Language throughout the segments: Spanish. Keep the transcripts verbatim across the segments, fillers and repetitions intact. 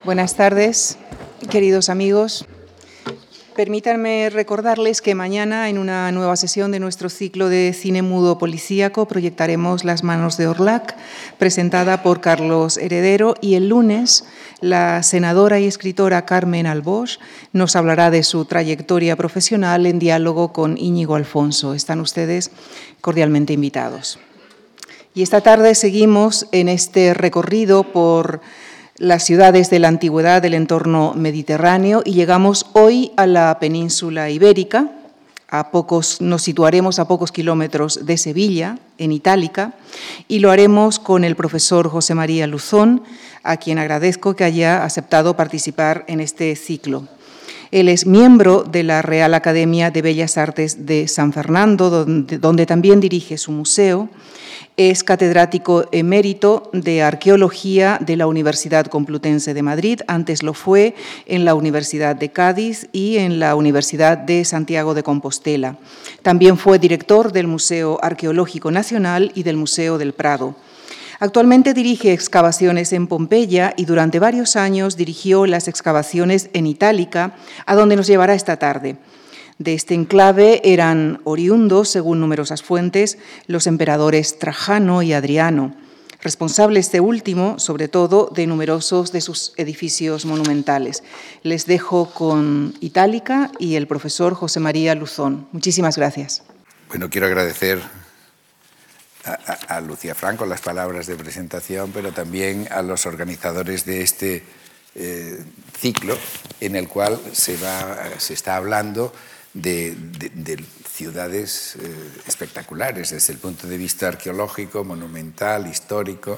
Buenas tardes, queridos amigos. Permítanme recordarles que mañana, en una nueva sesión de nuestro ciclo de cine mudo policíaco, proyectaremos Las manos de Orlac, presentada por Carlos Heredero, y el lunes la senadora y escritora Carmen Albosch nos hablará de su trayectoria profesional en diálogo con Íñigo Alfonso. Están ustedes cordialmente invitados. Y esta tarde seguimos en este recorrido por las ciudades de la antigüedad del entorno mediterráneo y llegamos hoy a la península ibérica. A pocos, nos situaremos a pocos kilómetros de Sevilla, en Itálica, y lo haremos con el profesor José María Luzón, a quien agradezco que haya aceptado participar en este ciclo. Él es miembro de la Real Academia de Bellas Artes de San Fernando, donde, donde también dirige su museo. Es catedrático emérito de Arqueología de la Universidad Complutense de Madrid, antes lo fue en la Universidad de Cádiz y en la Universidad de Santiago de Compostela. También fue director del Museo Arqueológico Nacional y del Museo del Prado. Actualmente dirige excavaciones en Pompeya y durante varios años dirigió las excavaciones en Itálica, a donde nos llevará esta tarde. De este enclave eran oriundos, según numerosas fuentes, los emperadores Trajano y Adriano, responsable este último, sobre todo, de numerosos de sus edificios monumentales. Les dejo con Itálica y el profesor José María Luzón. Muchísimas gracias. Bueno, quiero agradecer a, a, a Lucía Franco las palabras de presentación, pero también a los organizadores de este eh, ciclo, en el cual se, va, se está hablando De, de, de ciudades eh, espectaculares desde el punto de vista arqueológico, monumental, histórico.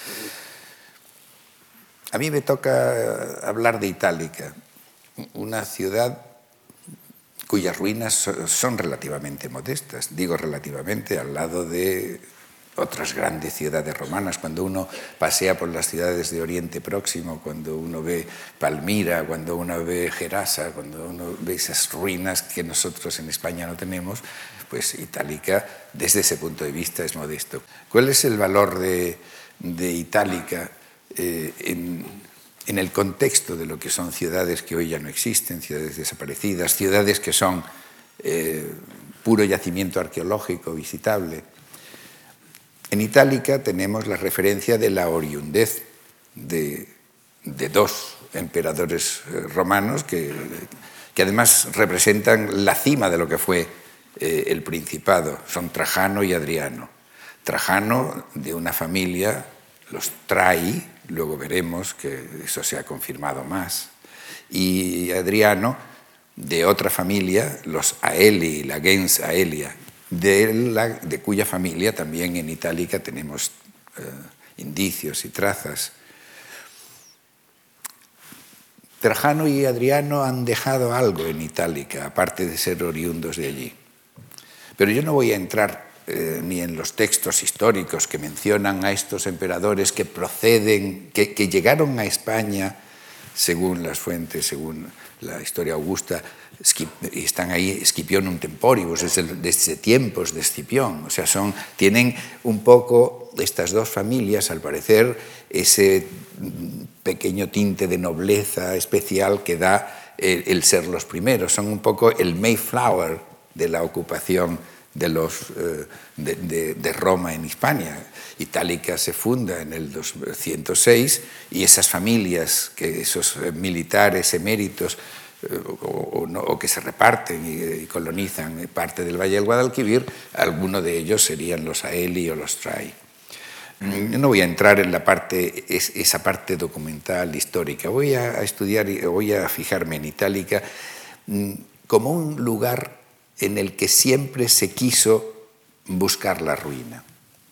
A mí me toca hablar de Itálica, una ciudad cuyas ruinas son relativamente modestas, digo relativamente, al lado de otras grandes ciudades romanas. Cuando uno pasea por las ciudades de Oriente Próximo, cuando uno ve Palmira, cuando uno ve Gerasa, cuando uno ve esas ruinas que nosotros en España no tenemos, pues Itálica, desde ese punto de vista, es modesto. ¿Cuál es el valor de, de Itálica eh, en, en el contexto de lo que son ciudades que hoy ya no existen, ciudades desaparecidas, ciudades que son eh, puro yacimiento arqueológico visitable? En Itálica tenemos la referencia de la oriundez de, de dos emperadores romanos que, que además representan la cima de lo que fue eh, el Principado. Son Trajano y Adriano. Trajano, de una familia, los Trai, luego veremos que eso se ha confirmado más, y Adriano, de otra familia, los Aeli, la gens Aelia, De, la, de cuya familia también en Itálica tenemos eh, indicios y trazas. Trajano y Adriano han dejado algo en Itálica, aparte de ser oriundos de allí. Pero yo no voy a entrar eh, ni en los textos históricos que mencionan a estos emperadores que proceden, que, que llegaron a España, según las fuentes, según la historia augusta, y están ahí Scipionum temporibus, desde, desde tiempos de Escipión. O sea, son, tienen un poco estas dos familias, al parecer, ese pequeño tinte de nobleza especial que da el, el ser los primeros. Son un poco el Mayflower de la ocupación de, los, eh, de, de, de Roma en Hispania. Itálica se funda en el doscientos seis y esas familias, que esos militares eméritos, O, o, no, o que se reparten y, y colonizan parte del Valle del Guadalquivir, algunos de ellos serían los Aeli o los Trai. No voy a entrar en la parte, es, esa parte documental, histórica. Voy a, a estudiar, voy a fijarme en Itálica como un lugar en el que siempre se quiso buscar la ruina.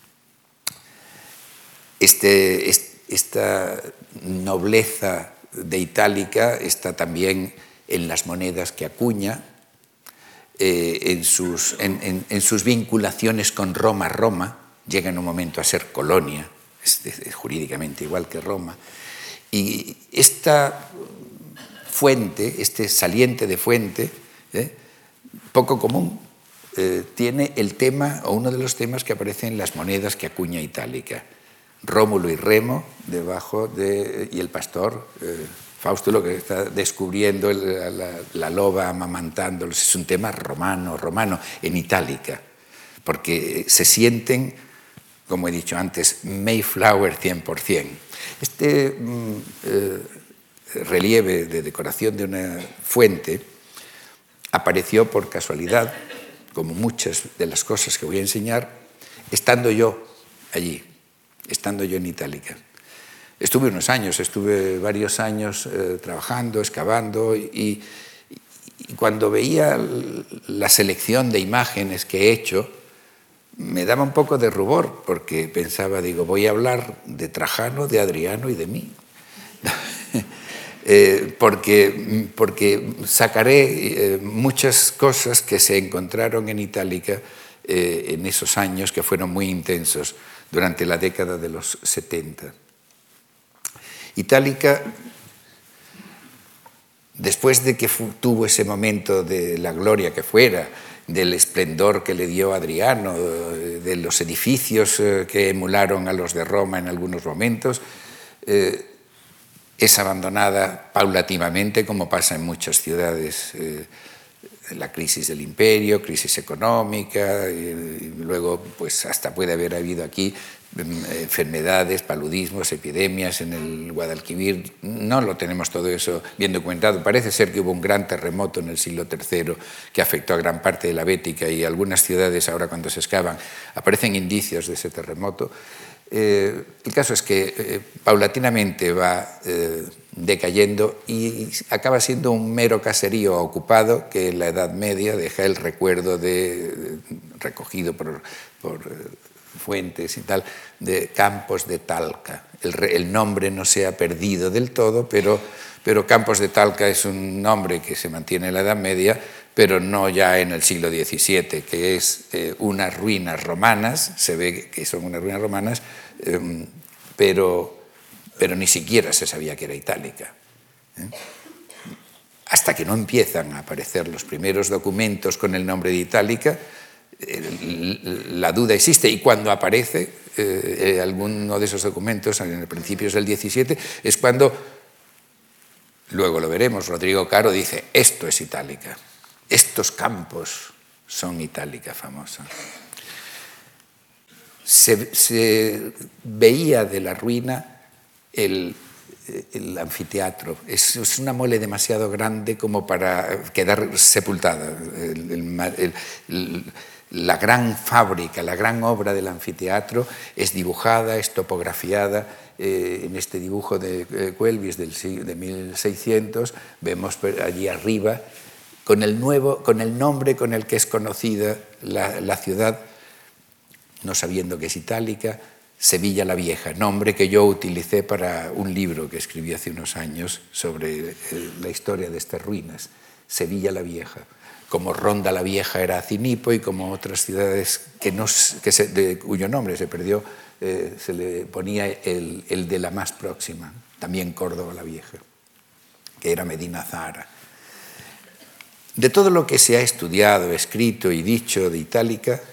Este, este, esta nobleza de Itálica está también en las monedas que acuña, eh, en, sus, en, en, en sus vinculaciones con Roma. Roma llega en un momento a ser colonia, es, es jurídicamente igual que Roma, y esta fuente, este saliente de fuente, eh, poco común, eh, tiene el tema, o uno de los temas que aparece en las monedas que acuña Itálica. Rómulo y Remo, debajo de, y el pastor eh, Faustulo, que está descubriendo el, la, la loba amamantándolos. Es un tema romano, romano, en itálica, porque se sienten, como he dicho antes, Mayflower cien por cien. Este mm, eh, relieve de decoración de una fuente apareció por casualidad, como muchas de las cosas que voy a enseñar, estando yo allí, estando yo en Itálica. Estuve unos años, estuve varios años eh, trabajando, excavando, y, y cuando veía la selección de imágenes que he hecho, me daba un poco de rubor, porque pensaba, digo, voy a hablar de Trajano, de Adriano y de mí. eh, porque, porque sacaré eh, muchas cosas que se encontraron en Itálica eh, en esos años que fueron muy intensos, durante la década de los setenta. Itálica, después de que tuvo ese momento de la gloria que fuera, del esplendor que le dio Adriano, de los edificios que emularon a los de Roma en algunos momentos, eh, es abandonada paulatinamente, como pasa en muchas ciudades. Eh, la crisis del imperio, crisis económica, y luego pues hasta puede haber habido aquí enfermedades, paludismos, epidemias en el Guadalquivir. No lo tenemos todo eso bien documentado. Parece ser que hubo un gran terremoto en el siglo tercero que afectó a gran parte de la Bética, y algunas ciudades ahora, cuando se excavan, aparecen indicios de ese terremoto. Eh, el caso es que eh, paulatinamente va eh, decayendo y acaba siendo un mero caserío ocupado que en la Edad Media deja el recuerdo de, recogido por, por eh, fuentes y tal, de Campos de Talca. El, el nombre no se ha perdido del todo, pero, pero Campos de Talca es un nombre que se mantiene en la Edad Media, pero no ya en el siglo diecisiete, que es eh, unas ruinas romanas, se ve que son unas ruinas romanas, eh, pero, pero ni siquiera se sabía que era itálica. ¿eh? Hasta que no empiezan a aparecer los primeros documentos con el nombre de Itálica, eh, la duda existe, y cuando aparece eh, alguno de esos documentos, en principios del diecisiete, es cuando, luego lo veremos, Rodrigo Caro dice, esto es Itálica. Estos campos son Itálica famosa. Se, se veía de la ruina el, el anfiteatro. Es, es una mole demasiado grande como para quedar sepultada. El, el, el, la gran fábrica, la gran obra del anfiteatro es dibujada, es topografiada. Eh, en este dibujo de eh, Cuelvis del, de mil seiscientos vemos allí arriba, con el, nuevo, con el nombre con el que es conocida la, la ciudad, no sabiendo que es Itálica, Sevilla la Vieja, nombre que yo utilicé para un libro que escribí hace unos años sobre la historia de estas ruinas. Sevilla la Vieja, como Ronda la Vieja era Cinipo, y como otras ciudades que no, que se, de cuyo nombre se perdió, eh, se le ponía el, el de la más próxima, también Córdoba la Vieja, que era Medina Zahara. De todo lo que se ha estudiado, escrito y dicho de Itálica,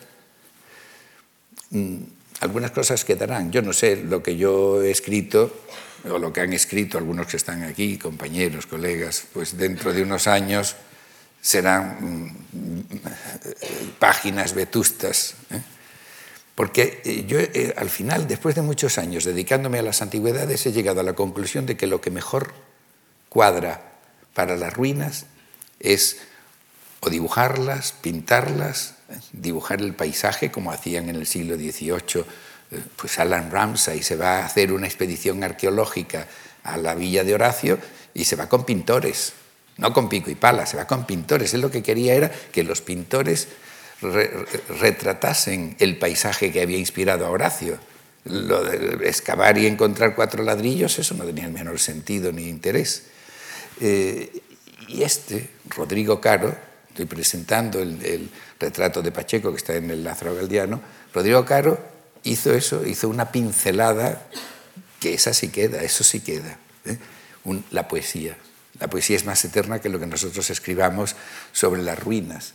algunas cosas quedarán. Yo no sé lo que yo he escrito, o lo que han escrito algunos que están aquí, compañeros, colegas, pues dentro de unos años serán páginas vetustas. ¿eh? Porque yo eh, al final, después de muchos años dedicándome a las antigüedades, he llegado a la conclusión de que lo que mejor cuadra para las ruinas es o dibujarlas, pintarlas, dibujar el paisaje como hacían en el siglo dieciocho, pues Alan Ramsay se va a hacer una expedición arqueológica a la villa de Horacio y se va con pintores, no con pico y pala, se va con pintores. Él lo que quería era que los pintores re retratasen el paisaje que había inspirado a Horacio. Lo de excavar y encontrar cuatro ladrillos, eso no tenía el menor sentido ni interés. Eh, y este, Rodrigo Caro, estoy presentando el, el retrato de Pacheco que está en el Lázaro Galdiano, Rodrigo Caro hizo eso, hizo una pincelada que esa sí queda, eso sí queda, ¿eh? Un, la poesía. La poesía es más eterna que lo que nosotros escribamos sobre las ruinas.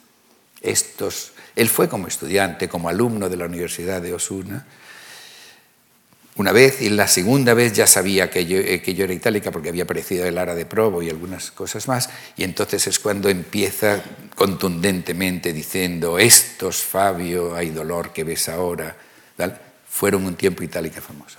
Estos, él fue como estudiante, como alumno de la Universidad de Osuna, una vez, y la segunda vez ya sabía que yo, eh, que yo era itálica porque había aparecido el Ara de Probo y algunas cosas más, y entonces es cuando empieza contundentemente diciendo estos, Fabio, hay dolor que ves ahora, ¿vale? Fueron un tiempo itálica famosa.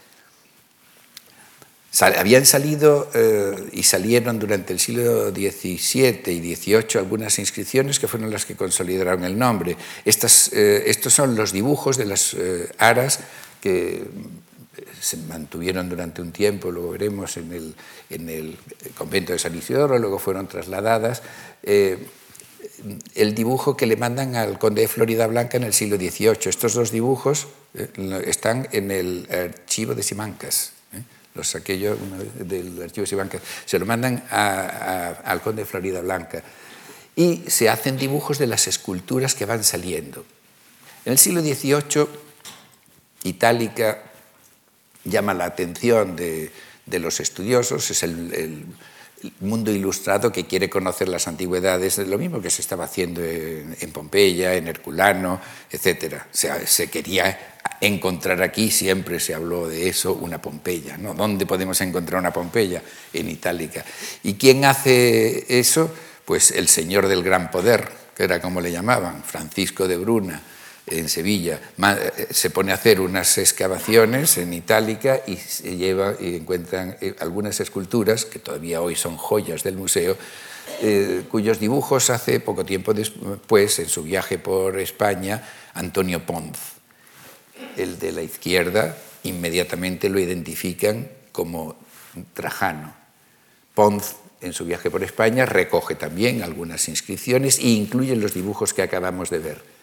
Sal, habían salido eh, y salieron durante el siglo diecisiete y dieciocho algunas inscripciones que fueron las que consolidaron el nombre. Estas, eh, estos son los dibujos de las eh, aras que se mantuvieron durante un tiempo, luego veremos, en el, en el convento de San Isidoro, luego fueron trasladadas. Eh, el dibujo que le mandan al conde de Floridablanca en el siglo dieciocho. Estos dos dibujos eh, están en el archivo de Simancas. ¿eh? Los saqué yo del archivo de Simancas. Se lo mandan a, a, al conde de Floridablanca. Y se hacen dibujos de las esculturas que van saliendo. En el siglo dieciocho, Itálica llama la atención de, de los estudiosos, es el, el mundo ilustrado que quiere conocer las antigüedades, lo mismo que se estaba haciendo en, en Pompeya, en Herculano, etcétera. O sea, se quería encontrar aquí, siempre se habló de eso, una Pompeya, ¿no? ¿Dónde podemos encontrar una Pompeya? En Itálica. ¿Y quién hace eso? Pues el señor del gran poder, que era como le llamaban, Francisco de Bruna, en Sevilla. Se pone a hacer unas excavaciones en Itálica y se lleva y encuentran algunas esculturas que todavía hoy son joyas del museo, eh, cuyos dibujos hace poco tiempo después, en su viaje por España, Antonio Ponz. El de la izquierda inmediatamente lo identifican como Trajano. Ponz, en su viaje por España, recoge también algunas inscripciones e incluye los dibujos que acabamos de ver.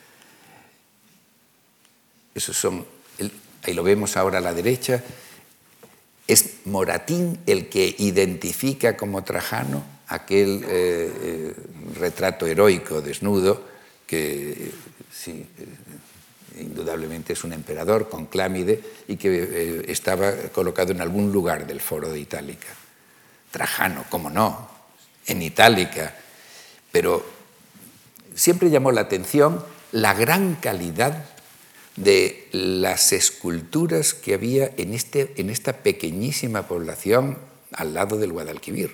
Esos son, ahí lo vemos ahora a la derecha, es Moratín el que identifica como Trajano aquel eh, eh, retrato heroico desnudo que sí, eh, indudablemente es un emperador con Clámide y que eh, estaba colocado en algún lugar del foro de Itálica. Trajano, cómo no, en Itálica, pero siempre llamó la atención la gran calidad de las esculturas que había en, este, en esta pequeñísima población al lado del Guadalquivir.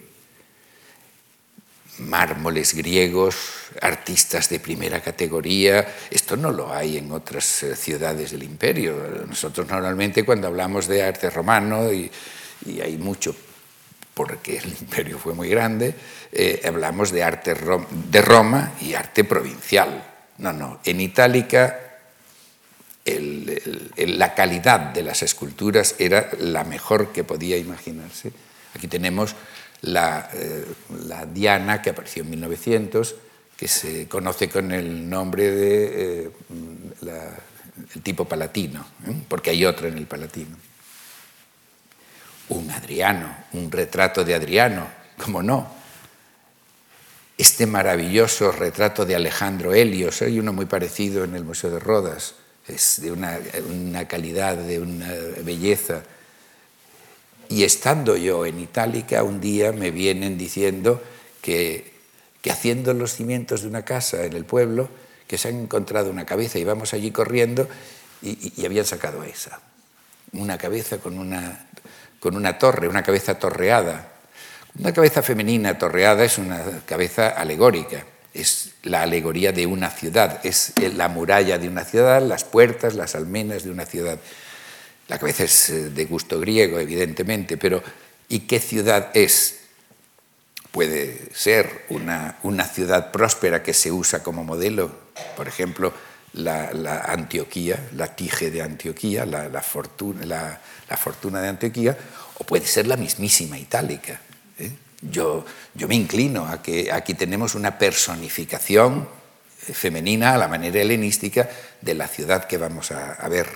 Mármoles griegos, artistas de primera categoría, esto no lo hay en otras ciudades del imperio. Nosotros normalmente cuando hablamos de arte romano, y, y hay mucho porque el imperio fue muy grande, eh, hablamos de arte rom de Roma y arte provincial. No, no, en Itálica El, el, el, la calidad de las esculturas era la mejor que podía imaginarse. Aquí tenemos la, eh, la Diana, que apareció en mil novecientos, que se conoce con el nombre de eh, la, el tipo Palatino, ¿eh? Porque hay otra en el Palatino. Un Adriano, un retrato de Adriano, ¿cómo no? Este maravilloso retrato de Alejandro Helios, hay uno muy parecido en el Museo de Rodas, es de una, una calidad, de una belleza. Y estando yo en Itálica, un día me vienen diciendo que, que haciendo los cimientos de una casa en el pueblo, que se han encontrado una cabeza y vamos allí corriendo y, y habían sacado esa. Una cabeza con una, con una torre, una cabeza torreada. Una cabeza femenina torreada es una cabeza alegórica. Es la alegoría de una ciudad, es la muralla de una ciudad, las puertas, las almenas de una ciudad. La cabeza es de gusto griego, evidentemente, pero ¿y qué ciudad es? Puede ser una, una ciudad próspera que se usa como modelo, por ejemplo, la, la Antioquía, la Tige de Antioquía, la, la, fortuna, la, la fortuna de Antioquía, o puede ser la mismísima Itálica, ¿eh? Yo, yo me inclino a que aquí tenemos una personificación femenina a la manera helenística de la ciudad que vamos a, a ver.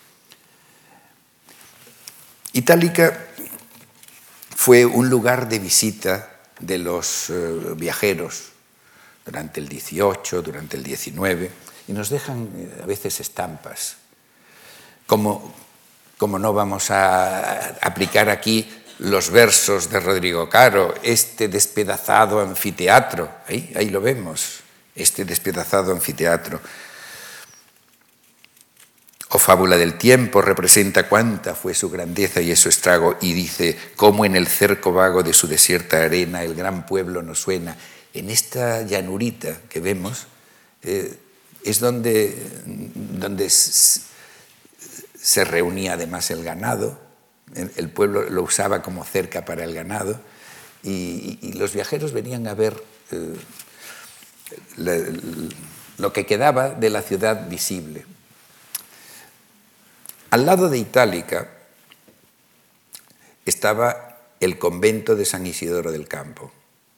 Itálica fue un lugar de visita de los eh, viajeros durante el dieciocho, durante el diecinueve, y nos dejan eh, a veces estampas. Como, como no vamos a aplicar aquí los versos de Rodrigo Caro, este despedazado anfiteatro, ahí, ahí lo vemos, este despedazado anfiteatro. o Fábula del tiempo representa cuánta fue su grandeza y su estrago, y dice cómo en el cerco vago de su desierta arena el gran pueblo nos suena. En esta llanurita que vemos eh, es donde, donde se reunía además el ganado. El pueblo lo usaba como cerca para el ganado, y, y los viajeros venían a ver eh, la, lo que quedaba de la ciudad visible. Al lado de Itálica estaba el convento de San Isidoro del Campo.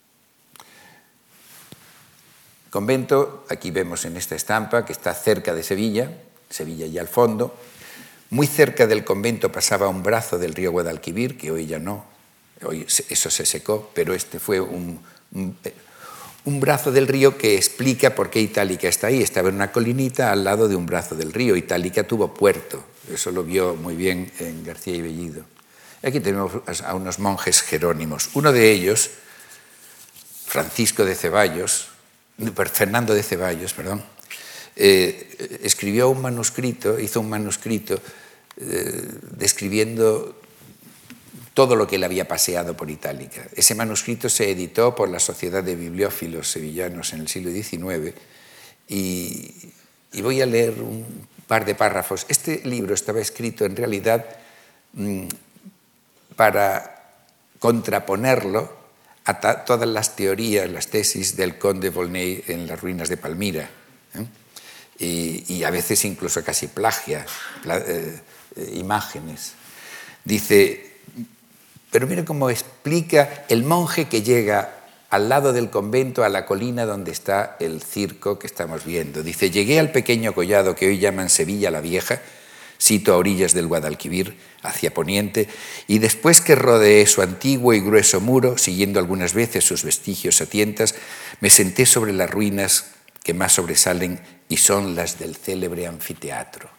Convento, aquí vemos en esta estampa, que está cerca de Sevilla, Sevilla ya al fondo. Muy cerca del convento pasaba un brazo del río Guadalquivir, que hoy ya no, hoy eso se secó, pero este fue un, un, un brazo del río que explica por qué Itálica está ahí. Estaba en una colinita al lado de un brazo del río. Itálica tuvo puerto, eso lo vio muy bien en García y Bellido. Aquí tenemos a unos monjes jerónimos. Uno de ellos, Francisco de Ceballos, Fernando de Ceballos, perdón, eh, escribió un manuscrito, hizo un manuscrito eh, describiendo todo lo que él había paseado por Itálica. Ese manuscrito se editó por la Sociedad de Bibliófilos Sevillanos en el siglo diecinueve y, y voy a leer un par de párrafos. Este libro estaba escrito en realidad mmm, para contraponerlo a todas las teorías, las tesis del conde Volney en las ruinas de Palmira. ¿eh? Y, y a veces incluso casi plagia pla, eh, eh, imágenes. Dice, pero mira cómo explica el monje que llega al lado del convento, a la colina donde está el circo que estamos viendo. Dice, llegué al pequeño collado que hoy llaman Sevilla la Vieja, sito a orillas del Guadalquivir, hacia poniente, y después que rodeé su antiguo y grueso muro, siguiendo algunas veces sus vestigios a tientas, me senté sobre las ruinas que más sobresalen y son las del célebre anfiteatro.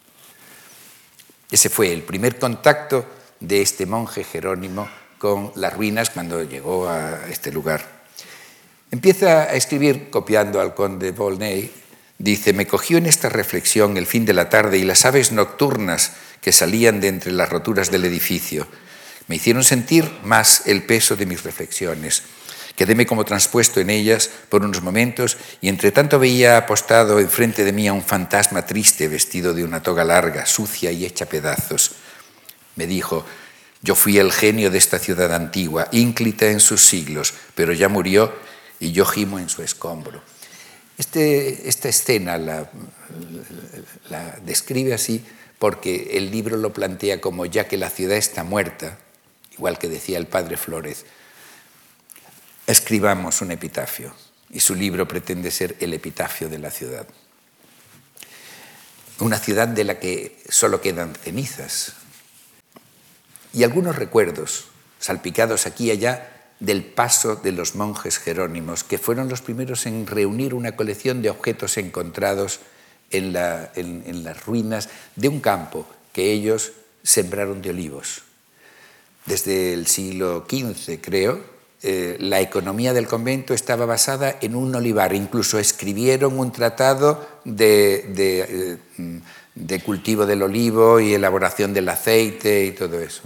Ese fue el primer contacto de este monje jerónimo con las ruinas cuando llegó a este lugar. Empieza a escribir, copiando al conde Volney. Dice, me cogió en esta reflexión el fin de la tarde y las aves nocturnas que salían de entre las roturas del edificio me hicieron sentir más el peso de mis reflexiones. Quedéme como transpuesto en ellas por unos momentos y entre tanto veía apostado enfrente de mí a un fantasma triste vestido de una toga larga, sucia y hecha pedazos. Me dijo, yo fui el genio de esta ciudad antigua, ínclita en sus siglos, pero ya murió y yo gimo en su escombro. Este, esta escena la, la describe así porque el libro lo plantea como ya que la ciudad está muerta, igual que decía el padre Flórez, escribamos un epitafio, y su libro pretende ser el epitafio de la ciudad. Una ciudad de la que solo quedan cenizas y algunos recuerdos salpicados aquí y allá del paso de los monjes jerónimos, que fueron los primeros en reunir una colección de objetos encontrados en, la, en, en las ruinas de un campo que ellos sembraron de olivos. Desde el siglo quince, creo, eh, la economía del convento estaba basada en un olivar. Incluso escribieron un tratado de, de, eh, de cultivo del olivo y elaboración del aceite y todo eso.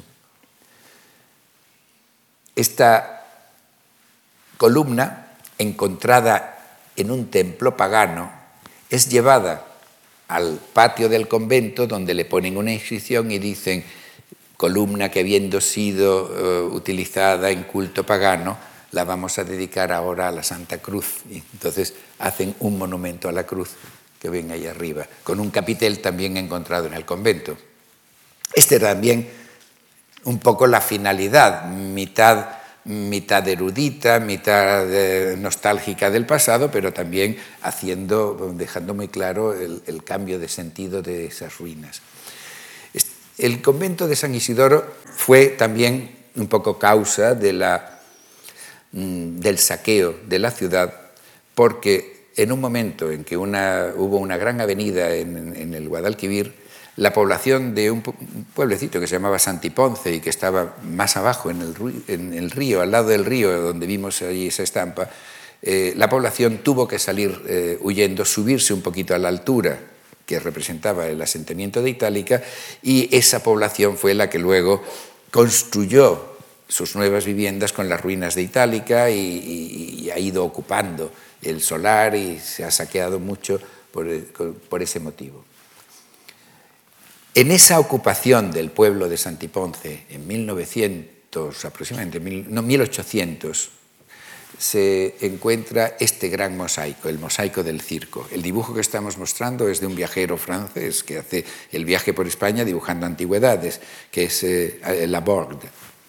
Esta columna, encontrada en un templo pagano, es llevada al patio del convento donde le ponen una inscripción y dicen columna que habiendo sido uh, utilizada en culto pagano, la vamos a dedicar ahora a la Santa Cruz. Y entonces hacen un monumento a la cruz que ven ahí arriba, con un capitel también encontrado en el convento. Este también un poco la finalidad, mitad... mitad erudita, mitad eh, nostálgica del pasado, pero también haciendo, dejando muy claro el, el cambio de sentido de esas ruinas. El convento de San Isidoro fue también un poco causa de la, del saqueo de la ciudad, porque en un momento en que una, hubo una gran avenida en, en el Guadalquivir, la población de un pueblecito que se llamaba Santiponce y que estaba más abajo en el, en el río, al lado del río donde vimos allí esa estampa, eh, la población tuvo que salir eh, huyendo, subirse un poquito a la altura que representaba el asentamiento de Itálica, y esa población fue la que luego construyó sus nuevas viviendas con las ruinas de Itálica y, y, y ha ido ocupando el solar y se ha saqueado mucho por, por ese motivo. En esa ocupación del pueblo de Santiponce en mil novecientos, aproximadamente, no, mil ochocientos, se encuentra este gran mosaico, el mosaico del circo. El dibujo que estamos mostrando es de un viajero francés que hace el viaje por España dibujando antigüedades, que es eh, Laborde.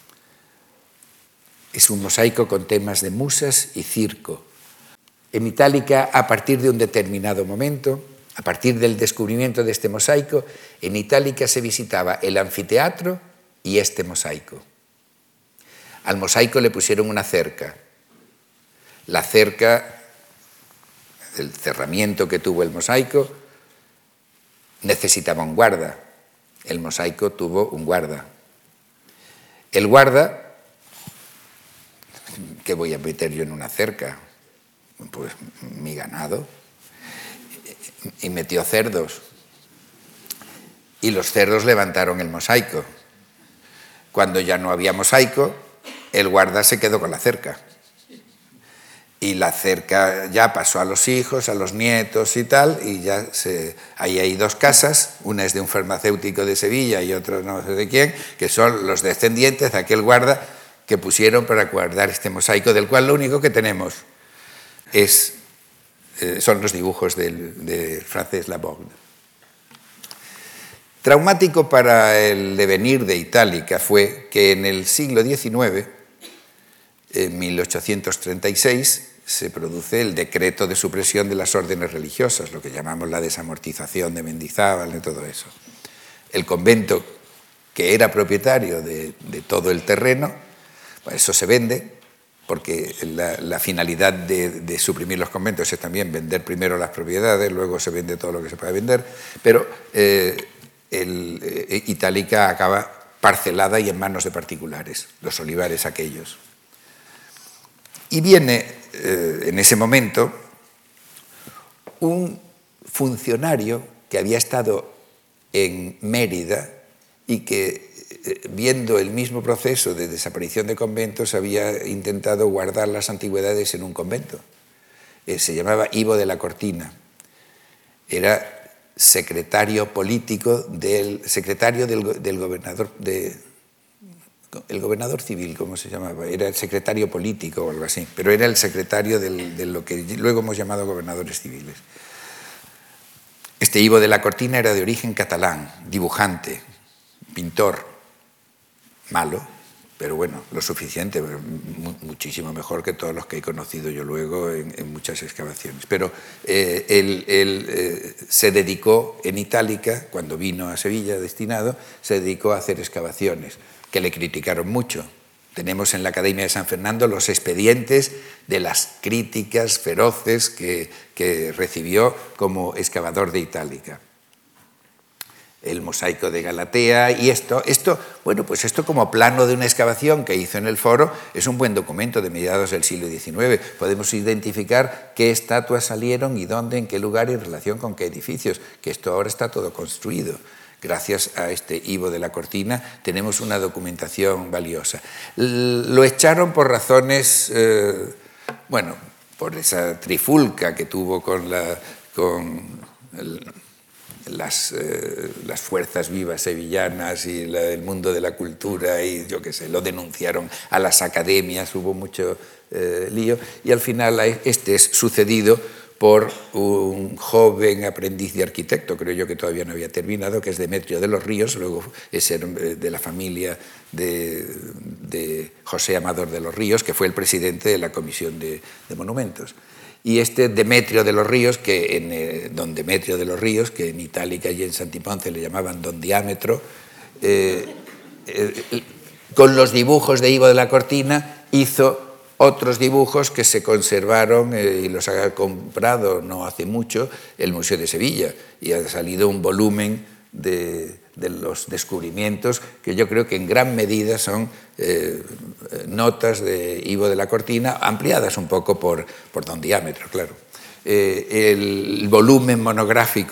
Es un mosaico con temas de musas y circo. En Itálica, a partir de un determinado momento, a partir del descubrimiento de este mosaico, en Itálica se visitaba el anfiteatro y este mosaico. Al mosaico le pusieron una cerca. La cerca, el cerramiento que tuvo el mosaico, necesitaba un guarda. El mosaico tuvo un guarda. El guarda, ¿qué voy a meter yo en una cerca? Pues mi ganado. Y metió cerdos. Y los cerdos levantaron el mosaico. Cuando ya no había mosaico, el guarda se quedó con la cerca. Y la cerca ya pasó a los hijos, a los nietos y tal, y ya se, ahí hay dos casas, una es de un farmacéutico de Sevilla y otra no sé de quién, que son los descendientes de aquel guarda que pusieron para guardar este mosaico, del cual lo único que tenemos es, eh, son los dibujos del, de Francesc Laborde. Traumático para el devenir de Itálica fue que en el siglo diecinueve, en mil ochocientos treinta y seis, se produce el decreto de supresión de las órdenes religiosas, lo que llamamos la desamortización de Mendizábal y todo eso. El convento, que era propietario de, de todo el terreno, pues eso se vende, porque la, la finalidad de, de suprimir los conventos es también vender primero las propiedades, luego se vende todo lo que se puede vender, pero eh, el, eh, Itálica acaba parcelada y en manos de particulares, los olivares aquellos. Y viene eh, en ese momento un funcionario que había estado en Mérida y que, eh, viendo el mismo proceso de desaparición de conventos, había intentado guardar las antigüedades en un convento. Eh, se llamaba Ivo de la Cortina. Era secretario político del secretario del, del gobernador de... El gobernador civil, ¿cómo se llamaba? Era el secretario político o algo así, pero era el secretario del, de lo que luego hemos llamado gobernadores civiles. Este Ivo de la Cortina era de origen catalán, dibujante, pintor, malo, pero bueno, lo suficiente, muchísimo mejor que todos los que he conocido yo luego en, en muchas excavaciones. Pero eh, él, él eh, se dedicó en Itálica, cuando vino a Sevilla destinado, se dedicó a hacer excavaciones, que le criticaron mucho. Tenemos en la Academia de San Fernando los expedientes de las críticas feroces que, que recibió como excavador de Itálica. El mosaico de Galatea y esto, esto, bueno, pues esto como plano de una excavación que hizo en el foro es un buen documento de mediados del siglo diecinueve. Podemos identificar qué estatuas salieron y dónde, en qué lugar y en relación con qué edificios, que esto ahora está todo construido. Gracias a este Ivo de la Cortina tenemos una documentación valiosa. Lo echaron por razones, eh, bueno, por esa trifulca que tuvo con, la, con el, las, eh, las fuerzas vivas sevillanas y la, el mundo de la cultura y yo qué sé, lo denunciaron a las academias, hubo mucho eh, lío y al final este es sucedido por un joven aprendiz de arquitecto, creo yo que todavía no había terminado, que es Demetrio de los Ríos, luego es de la familia de, de José Amador de los Ríos, que fue el presidente de la Comisión de, de Monumentos. Y este Demetrio de los Ríos, que en eh, don Demetrio de los Ríos, que en Itálica y en Santiponce le llamaban don Diámetro, eh, eh, con los dibujos de Ivo de la Cortina hizo otros dibujos que se conservaron eh, y los ha comprado no hace mucho el Museo de Sevilla y ha salido un volumen de, de los descubrimientos que yo creo que en gran medida son eh, notas de Ivo de la Cortina ampliadas un poco por, por don Diámetro, claro. Eh, el volumen monográfico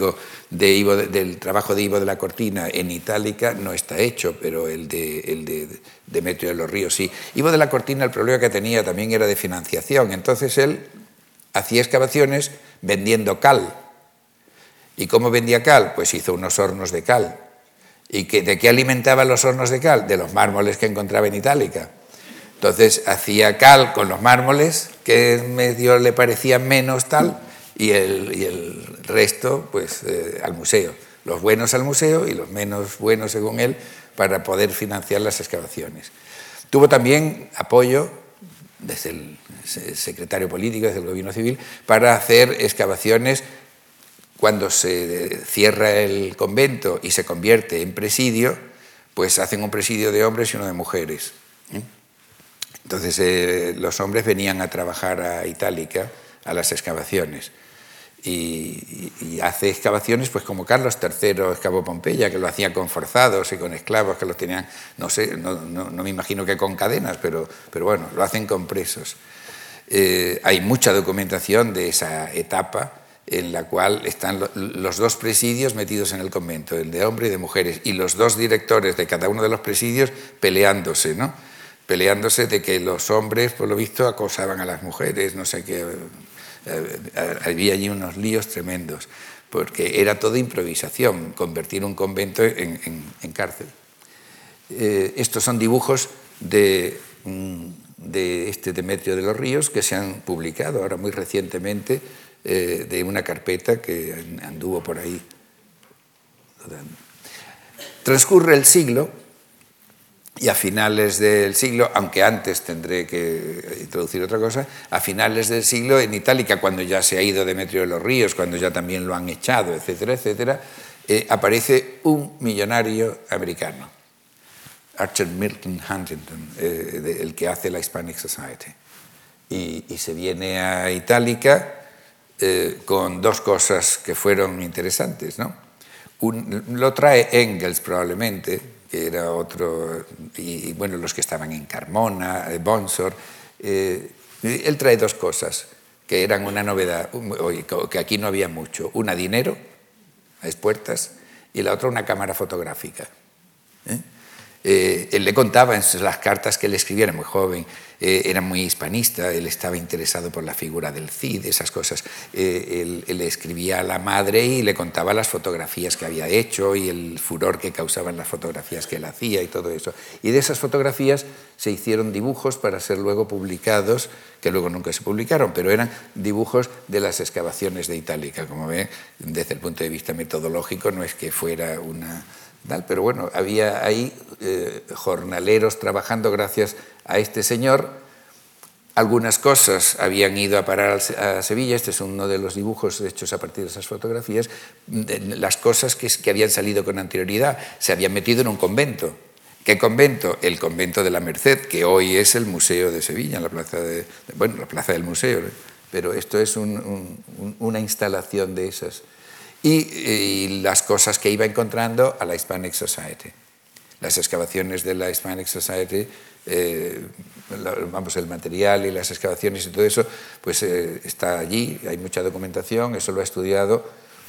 de Ivo, del trabajo de Ivo de la Cortina en Itálica no está hecho, pero el de, el de Demetrio de los Ríos sí. Ivo de la Cortina, el problema que tenía también era de financiación, entonces él hacía excavaciones vendiendo cal. ¿Y cómo vendía cal? Pues hizo unos hornos de cal. ¿Y que, de qué alimentaban los hornos de cal? De los mármoles que encontraba en Itálica. Entonces hacía cal con los mármoles, que medio le parecían menos tal, y el, y el resto pues eh, al museo. Los buenos al museo y los menos buenos, según él, para poder financiar las excavaciones. Tuvo también apoyo desde el secretario político, desde el gobierno civil, para hacer excavaciones. Cuando se cierra el convento y se convierte en presidio, pues hacen un presidio de hombres y uno de mujeres. Entonces eh, los hombres venían a trabajar a Itálica, a las excavaciones. Y, y, y hace excavaciones pues como Carlos tercero excavó Pompeya, que lo hacía con forzados y con esclavos que los tenían, no sé, no, no, no me imagino que con cadenas, pero, pero bueno, lo hacen con presos. Eh, hay mucha documentación de esa etapa en la cual están los dos presidios metidos en el convento, el de hombres y de mujeres, y los dos directores de cada uno de los presidios peleándose, ¿no? Peleándose de que los hombres, por lo visto, acosaban a las mujeres, no sé qué. Había allí unos líos tremendos, porque era toda improvisación, convertir un convento en, en, en cárcel. Eh, estos son dibujos de, de este Demetrio de los Ríos que se han publicado ahora muy recientemente, eh, de una carpeta que anduvo por ahí. Transcurre el siglo, y a finales del siglo, aunque antes tendré que introducir otra cosa, a finales del siglo en Itálica, cuando ya se ha ido Demetrio de los Ríos, cuando ya también lo han echado, etcétera, etcétera, eh, aparece un millonario americano, Archer Milton Huntington, eh, de, el que hace la Hispanic Society. Y, y se viene a Itálica eh, con dos cosas que fueron interesantes, ¿no? Un, lo trae Engels probablemente, que era otro, y, y bueno, los que estaban en Carmona, eh, Bonsor. Eh, él trae dos cosas que eran una novedad, que aquí no había mucho. Una, dinero, a expuertas, y la otra, una cámara fotográfica. ¿Eh? Eh, él le contaba en las cartas que él escribía, era muy joven, eh, era muy hispanista, él estaba interesado por la figura del Cid, esas cosas. Eh, él, él le escribía a la madre y le contaba las fotografías que había hecho y el furor que causaban las fotografías que él hacía y todo eso. Y de esas fotografías se hicieron dibujos para ser luego publicados, que luego nunca se publicaron, pero eran dibujos de las excavaciones de Itálica. Como ven, desde el punto de vista metodológico no es que fuera una... Pero bueno, había ahí eh, jornaleros trabajando gracias a este señor. Algunas cosas habían ido a parar a Sevilla, este es uno de los dibujos hechos a partir de esas fotografías. Las cosas que, que habían salido con anterioridad se habían metido en un convento. ¿Qué convento? El convento de la Merced, que hoy es el Museo de Sevilla, en la plaza, de, bueno, la plaza del museo, pero esto es un, un, una instalación de esas. Y, y las cosas que iba encontrando a la Hispanic Society. Las excavaciones de la Hispanic Society, eh, vamos, el material y las excavaciones y todo eso, pues eh, está allí, hay mucha documentación, eso lo ha estudiado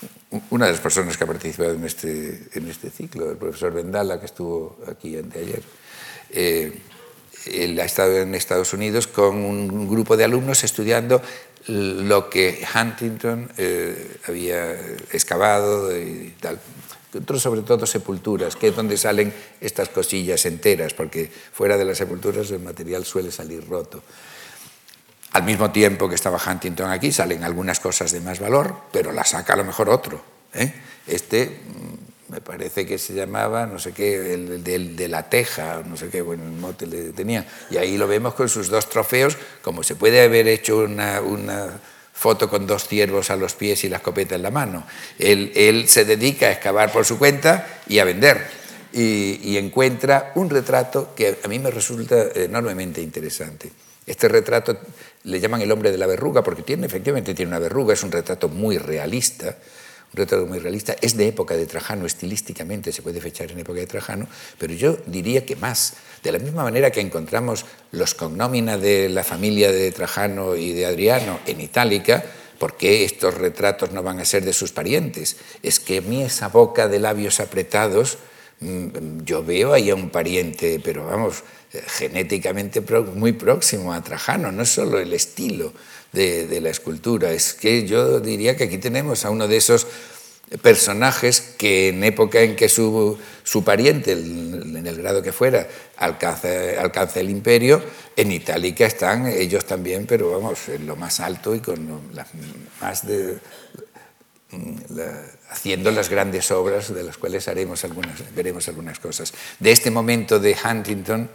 una de las personas que ha participado en este, en este ciclo, el profesor Vendala, que estuvo aquí anteayer. Eh, él ha estado en Estados Unidos con un grupo de alumnos estudiando lo que Huntington eh, había excavado y tal. Sobre todo sepulturas, que es donde salen estas cosillas enteras, porque fuera de las sepulturas el material suele salir roto. Al mismo tiempo que estaba Huntington aquí, salen algunas cosas de más valor, pero las saca a lo mejor otro. ¿eh? Este me parece que se llamaba, no sé qué, el de, de la Teja, no sé qué, bueno, el mote le tenía. Y ahí lo vemos con sus dos trofeos, como se puede haber hecho una, una foto con dos ciervos a los pies y la escopeta en la mano. Él, él se dedica a excavar por su cuenta y a vender. Y, y encuentra un retrato que a mí me resulta enormemente interesante. Este retrato le llaman el hombre de la verruga porque tiene, efectivamente tiene una verruga, es un retrato muy realista, un retrato muy realista, es de época de Trajano, estilísticamente se puede fechar en época de Trajano, pero yo diría que más. De la misma manera que encontramos los cognomina de la familia de Trajano y de Adriano en Itálica, ¿por qué estos retratos no van a ser de sus parientes? Es que a mí esa boca de labios apretados, yo veo ahí a un pariente, pero vamos, genéticamente muy próximo a Trajano, no es solo el estilo de, de la escultura, es que yo diría que aquí tenemos a uno de esos personajes que en época en que su, su pariente, el, en el grado que fuera, alcanza, alcanza el imperio, en Itálica están ellos también, pero vamos, en lo más alto y con las más de... La, haciendo las grandes obras de las cuales haremos algunas, veremos algunas cosas. De este momento de Huntington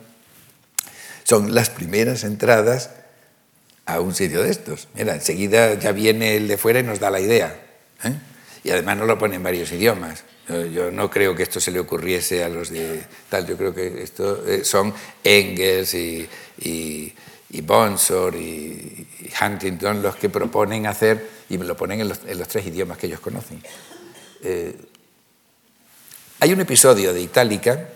son las primeras entradas a un sitio de estos. Mira, enseguida ya viene el de fuera y nos da la idea, ¿eh? Y además nos lo pone en varios idiomas. Yo, yo no creo que esto se le ocurriese a los de tal, yo creo que esto eh, son Engels y, y, y Bonsor y, y Huntington los que proponen hacer, y me lo ponen en los, en los tres idiomas que ellos conocen. Eh, hay un episodio de Itálica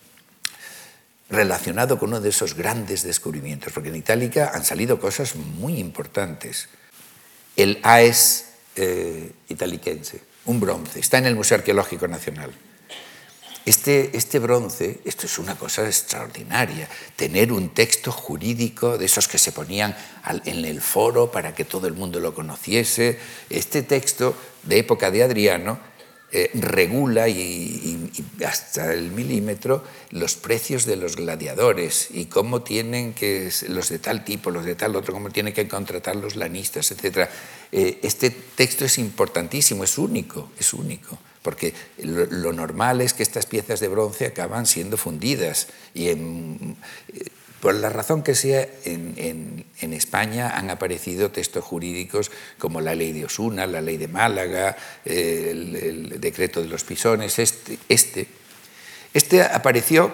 relacionado con uno de esos grandes descubrimientos, porque en Itálica han salido cosas muy importantes. El Aes eh, italicense, un bronce, está en el Museo Arqueológico Nacional. Este, este bronce, esto es una cosa extraordinaria, tener un texto jurídico de esos que se ponían al, en el foro para que todo el mundo lo conociese. Este texto de época de Adriano eh, regula y, y, y hasta el milímetro los precios de los gladiadores y cómo tienen que, los de tal tipo, los de tal otro, cómo tienen que contratar los lanistas, etcétera. Eh, este texto es importantísimo, es único, es único. Porque lo, lo normal es que estas piezas de bronce acaban siendo fundidas y en, por la razón que sea, en, en, en España han aparecido textos jurídicos como la ley de Osuna, la ley de Málaga, el, el decreto de los pisones. Este, este, este apareció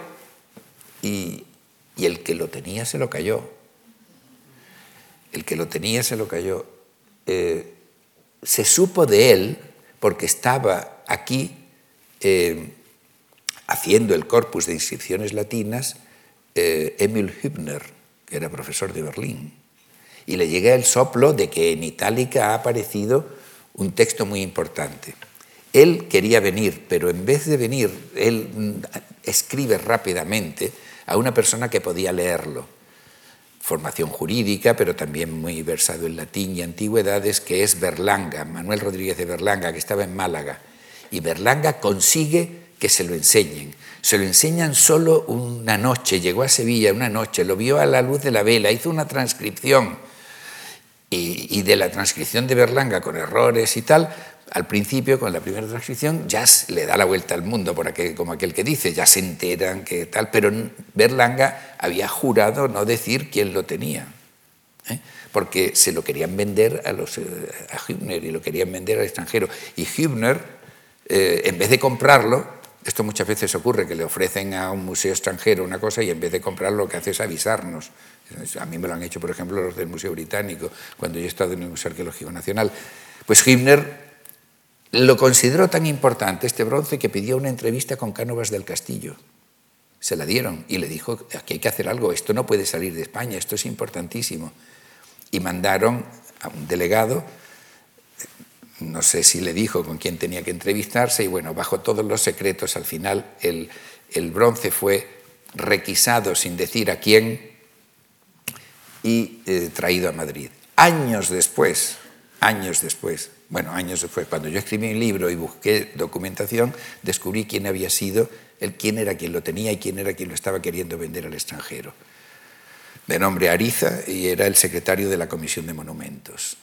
y, y el que lo tenía se lo cayó. El que lo tenía se lo cayó. Eh, se supo de él porque estaba aquí eh, haciendo el corpus de inscripciones latinas eh, Emil Hübner, que era profesor de Berlín, y le llega el soplo de que en Itálica ha aparecido un texto muy importante. Él quería venir, pero en vez de venir, él escribe rápidamente a una persona que podía leerlo. Formación jurídica, pero también muy versado en latín y antigüedades, que es Berlanga, Manuel Rodríguez de Berlanga, que estaba en Málaga. Y Berlanga consigue que se lo enseñen. Se lo enseñan solo una noche, llegó a Sevilla una noche, lo vio a la luz de la vela, hizo una transcripción. Y, y de la transcripción de Berlanga, con errores y tal, al principio, con la primera transcripción, ya le da la vuelta al mundo, por aquel, como aquel que dice, ya se enteran que tal, pero Berlanga había jurado no decir quién lo tenía, ¿eh? Porque se lo querían vender a, los, a Hübner y lo querían vender al extranjero. Y Hübner, eh, en vez de comprarlo, esto muchas veces ocurre, que le ofrecen a un museo extranjero una cosa y en vez de comprarlo lo que hace es avisarnos. A mí me lo han hecho, por ejemplo, los del Museo Británico, cuando yo he estado en el Museo Arqueológico Nacional. Pues Hübner lo consideró tan importante este bronce que pidió una entrevista con Cánovas del Castillo. Se la dieron y le dijo, aquí hay que hacer algo, esto no puede salir de España, esto es importantísimo. Y mandaron a un delegado, no sé si le dijo con quién tenía que entrevistarse, y bueno, bajo todos los secretos, al final el, el bronce fue requisado sin decir a quién y eh, traído a Madrid. Años después, años después, bueno, años después, cuando yo escribí un libro y busqué documentación, descubrí quién había sido, el, quién era quien lo tenía y quién era quien lo estaba queriendo vender al extranjero. De nombre Ariza, y era el secretario de la Comisión de Monumentos.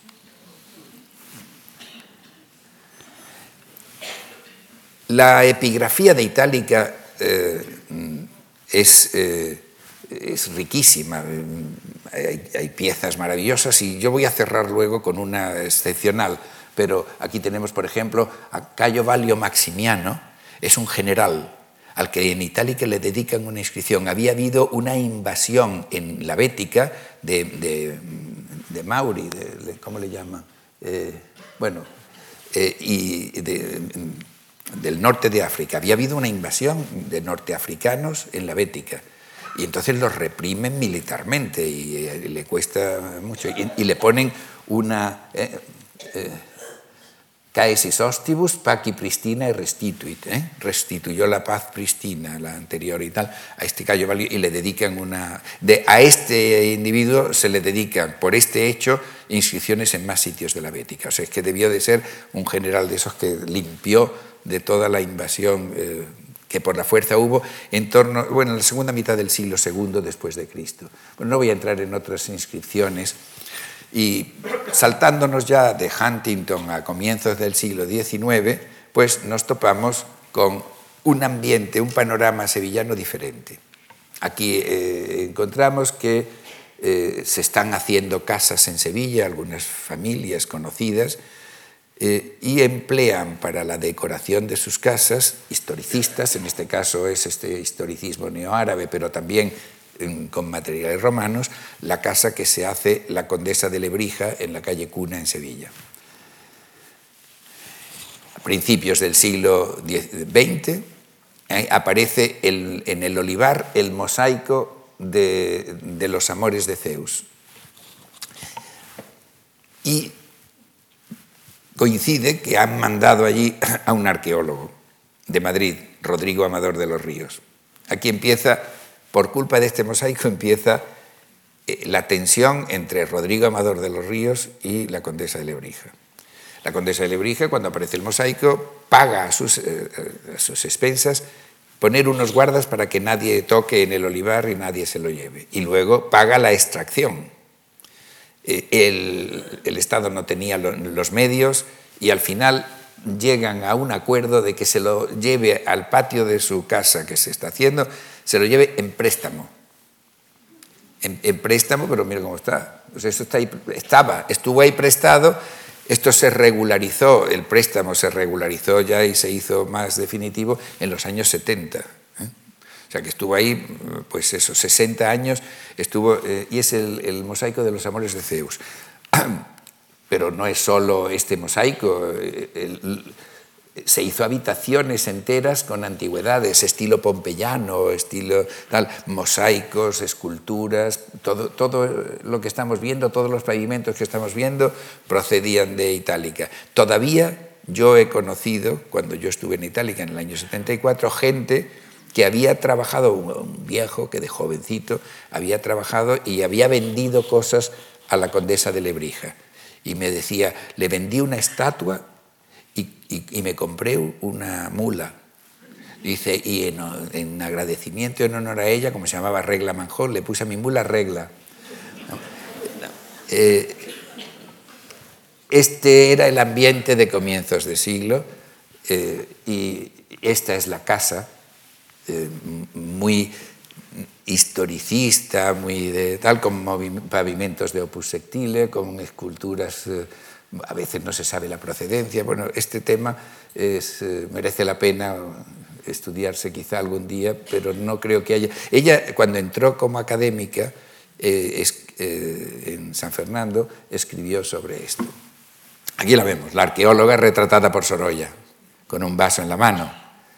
La epigrafía de Itálica eh, es, eh, es riquísima. Hay, hay piezas maravillosas y yo voy a cerrar luego con una excepcional. Pero aquí tenemos, por ejemplo, a Cayo Valio Maximiano, es un general al que en Itálica le dedican una inscripción. Había habido una invasión en la Bética de, de, de Mauri, de, de, ¿cómo le llaman? Eh, bueno, eh, y de, del norte de África. Había habido una invasión de norteafricanos en la Bética. Y entonces los reprimen militarmente y, y le cuesta mucho. Y, y le ponen una... Eh, eh, Caesis ostibus, paci pristina y restituit, ¿eh? Restituyó la paz pristina, la anterior y tal, a este Cayo Valio, y le dedican una... De, a este individuo se le dedican, por este hecho, inscripciones en más sitios de la Bética. O sea, es que debió de ser un general de esos que limpió de toda la invasión eh, que por la fuerza hubo en torno, bueno, en la segunda mitad del siglo segundo después de Cristo. Bueno, no voy a entrar en otras inscripciones. Y saltándonos ya de Huntington a comienzos del siglo diecinueve, pues nos topamos con un ambiente, un panorama sevillano diferente. Aquí eh, encontramos que eh, se están haciendo casas en Sevilla, algunas familias conocidas, eh, y emplean para la decoración de sus casas historicistas, en este caso es este historicismo neoárabe, pero también con materiales romanos, la casa que se hace la Condesa de Lebrija en la calle Cuna en Sevilla. A principios del siglo veinte eh, aparece el, en el olivar el mosaico de, de los amores de Zeus. Y coincide que han mandado allí a un arqueólogo de Madrid, Rodrigo Amador de los Ríos. Aquí empieza... Por culpa de este mosaico empieza eh, la tensión entre Rodrigo Amador de los Ríos y la Condesa de Lebrija. La Condesa de Lebrija, cuando aparece el mosaico, paga a sus, eh, a sus expensas poner unos guardas para que nadie toque en el olivar y nadie se lo lleve. Y luego paga la extracción. Eh, el, el Estado no tenía lo, los medios y al final llegan a un acuerdo de que se lo lleve al patio de su casa que se está haciendo, se lo lleve en préstamo. En, en préstamo, pero mira cómo está. Pues eso está ahí, estaba, estuvo ahí prestado, esto se regularizó, el préstamo se regularizó ya y se hizo más definitivo en los años setenta. ¿eh? O sea que estuvo ahí, pues esos sesenta años, estuvo, eh, y es el, el mosaico de los amores de Zeus. Pero no es solo este mosaico, el, el, se hizo habitaciones enteras con antigüedades, estilo pompeyano, estilo tal, mosaicos, esculturas, todo, todo lo que estamos viendo, todos los pavimentos que estamos viendo procedían de Itálica. Todavía yo he conocido, cuando yo estuve en Itálica en el año setenta y cuatro, gente que había trabajado, un viejo que de jovencito había trabajado y había vendido cosas a la Condesa de Lebrija. Y me decía, le vendí una estatua y, y, y me compré una mula. Dice, y en, en agradecimiento, en honor a ella, como se llamaba Regla Manjón, le puse a mi mula Regla. ¿No? Eh, este era el ambiente de comienzos de siglo eh, y esta es la casa, eh, muy historicista, muy de tal, con pavimentos de opus sectile, con esculturas, eh, a veces no se sabe la procedencia. Bueno, este tema es, eh, merece la pena estudiarse quizá algún día, pero no creo que haya... Ella, cuando entró como académica eh, es, eh, en San Fernando, escribió sobre esto. Aquí la vemos, la arqueóloga retratada por Sorolla, con un vaso en la mano.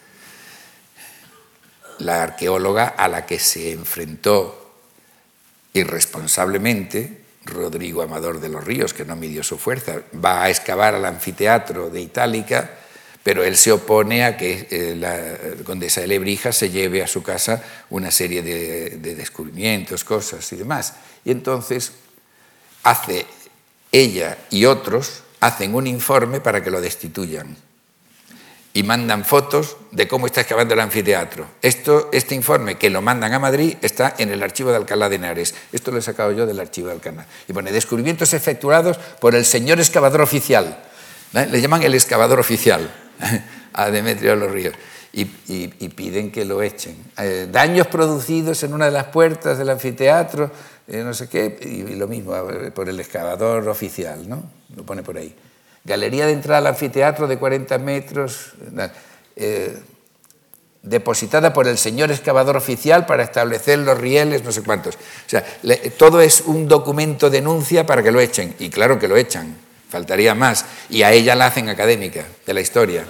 La arqueóloga a la que se enfrentó irresponsablemente Rodrigo Amador de los Ríos, que no midió su fuerza, va a excavar al anfiteatro de Itálica, pero él se opone a que eh, la Condesa de Lebrija se lleve a su casa una serie de, de descubrimientos, cosas y demás. Y entonces hace ella y otros hacen un informe para que lo destituyan y mandan fotos de cómo está excavando el anfiteatro. Esto, este informe que lo mandan a Madrid está en el archivo de Alcalá de Henares. Esto lo he sacado yo del archivo de Alcalá. Y pone, descubrimientos efectuados por el señor excavador oficial. ¿Eh? Le llaman el excavador oficial a Demetrio de los Ríos. Y, y, y piden que lo echen. Eh, daños producidos en una de las puertas del anfiteatro, eh, no sé qué, y, y lo mismo, por el excavador oficial, ¿no? Lo pone por ahí. Galería de entrada al anfiteatro de cuarenta metros, eh, depositada por el señor excavador oficial para establecer los rieles, no sé cuántos. O sea, le, todo es un documento denuncia para que lo echen. Y claro que lo echan, faltaría más. Y a ella la hacen académica de la historia.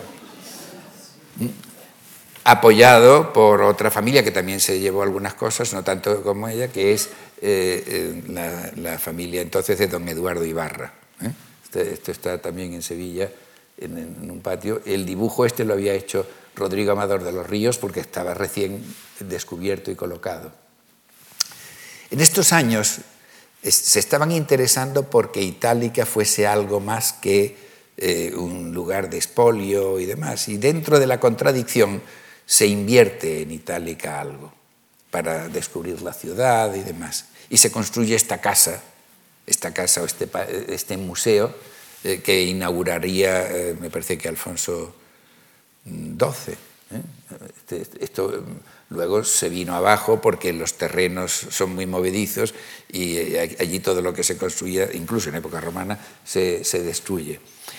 Apoyado por otra familia que también se llevó algunas cosas, no tanto como ella, que es eh, eh, la, la familia entonces de don Eduardo Ibarra. ¿eh? esto está también en Sevilla, en, en un patio. El dibujo este lo había hecho Rodrigo Amador de los Ríos porque estaba recién descubierto y colocado. En estos años se estaban interesando porque Itálica fuese algo más que eh, un lugar de expolio y demás, y dentro de la contradicción se invierte en Itálica algo para descubrir la ciudad y demás, y se construye esta casa, esta casa o este, este museo eh, que inauguraría, eh, me parece que Alfonso doce. ¿eh? Este, esto luego se vino abajo porque los terrenos son muy movedizos y allí todo lo que se construía, incluso en época romana, se, se destruye.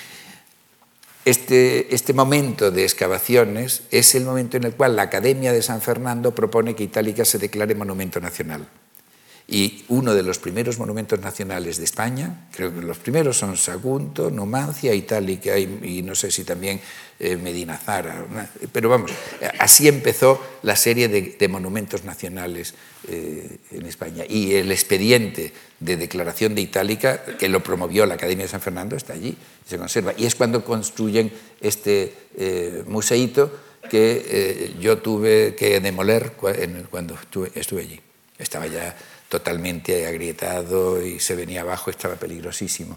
Este, este momento de excavaciones es el momento en el cual la Academia de San Fernando propone que Itálica se declare monumento nacional. Y uno de los primeros monumentos nacionales de España, creo que los primeros son Sagunto, Numancia, Itálica y, y no sé si también eh, Medinazara, pero vamos, así empezó la serie de, de monumentos nacionales eh, en España. Y el expediente de declaración de Itálica, que lo promovió la Academia de San Fernando, está allí, se conserva. Y es cuando construyen este eh, museíto que eh, yo tuve que demoler cuando estuve, estuve allí. Estaba ya totalmente agrietado y se venía abajo, estaba peligrosísimo.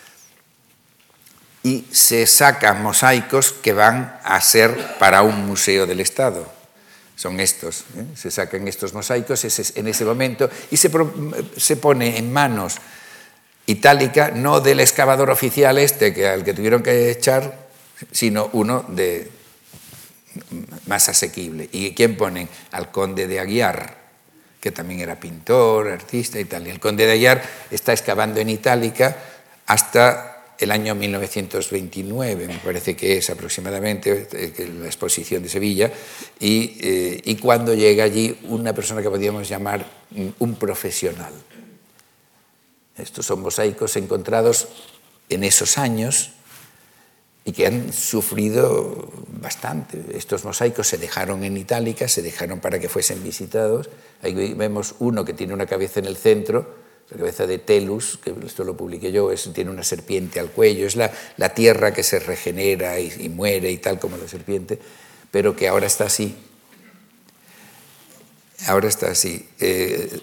Y se sacan mosaicos que van a ser para un museo del Estado. Son estos, ¿eh? Se sacan estos mosaicos en ese momento y se, se pone en manos Itálica, no del excavador oficial este que, al que tuvieron que echar, sino uno de, más asequible. ¿Y quién ponen? Al conde de Aguiar, que también era pintor, artista y tal. Y el conde de Aguiar está excavando en Itálica hasta el año mil novecientos veintinueve, me parece que es aproximadamente, la exposición de Sevilla, y, eh, y cuando llega allí una persona que podríamos llamar un profesional. Estos son mosaicos encontrados en esos años y que han sufrido bastante. Estos mosaicos se dejaron en Itálica, se dejaron para que fuesen visitados. Ahí vemos uno que tiene una cabeza en el centro, la cabeza de Telus, que esto lo publiqué yo, es, tiene una serpiente al cuello, es la, la tierra que se regenera y, y muere y tal como la serpiente, pero que ahora está así. Ahora está así. Eh,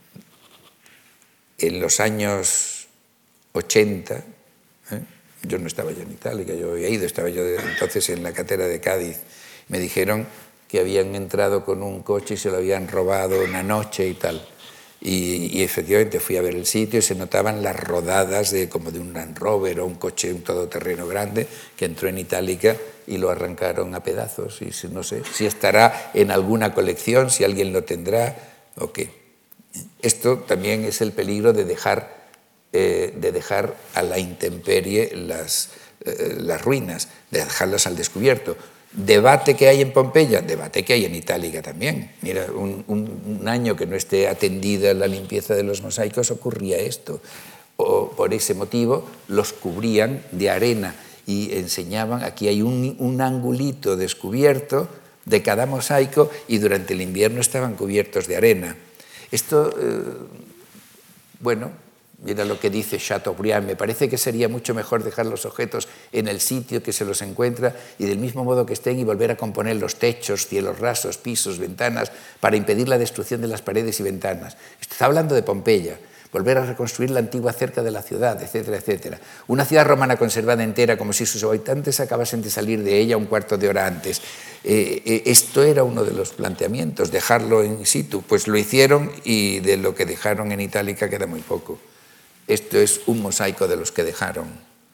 en los años ochenta, ¿eh? Yo no estaba ya en Itálica, yo había ido, estaba yo entonces en la cátedra de Cádiz. Me dijeron que habían entrado con un coche y se lo habían robado una noche y tal. Y, y efectivamente fui a ver el sitio y se notaban las rodadas de, como de un Land Rover o un coche, un todoterreno grande que entró en Itálica y lo arrancaron a pedazos. Y no sé si estará en alguna colección, si alguien lo tendrá o qué. Esto también es el peligro de dejar... Eh, de dejar a la intemperie las, eh, las ruinas, de dejarlas al descubierto. ¿Debate que hay en Pompeya? Debate que hay en Itálica también. Mira, un, un, un año que no esté atendida la limpieza de los mosaicos ocurría esto. O, por ese motivo los cubrían de arena y enseñaban, aquí hay un, un angulito descubierto de cada mosaico y durante el invierno estaban cubiertos de arena. Esto, eh, bueno... Mira lo que dice Chateaubriand, me parece que sería mucho mejor dejar los objetos en el sitio que se los encuentra y del mismo modo que estén y volver a componer los techos, cielos rasos, pisos, ventanas, para impedir la destrucción de las paredes y ventanas. Esto está hablando de Pompeya, volver a reconstruir la antigua cerca de la ciudad, etcétera, etcétera. Una ciudad romana conservada entera como si sus habitantes acabasen de salir de ella un cuarto de hora antes. Eh, eh, esto era uno de los planteamientos, dejarlo in situ. Pues lo hicieron y de lo que dejaron en Itálica queda muy poco. Esto es un mosaico de los que dejaron.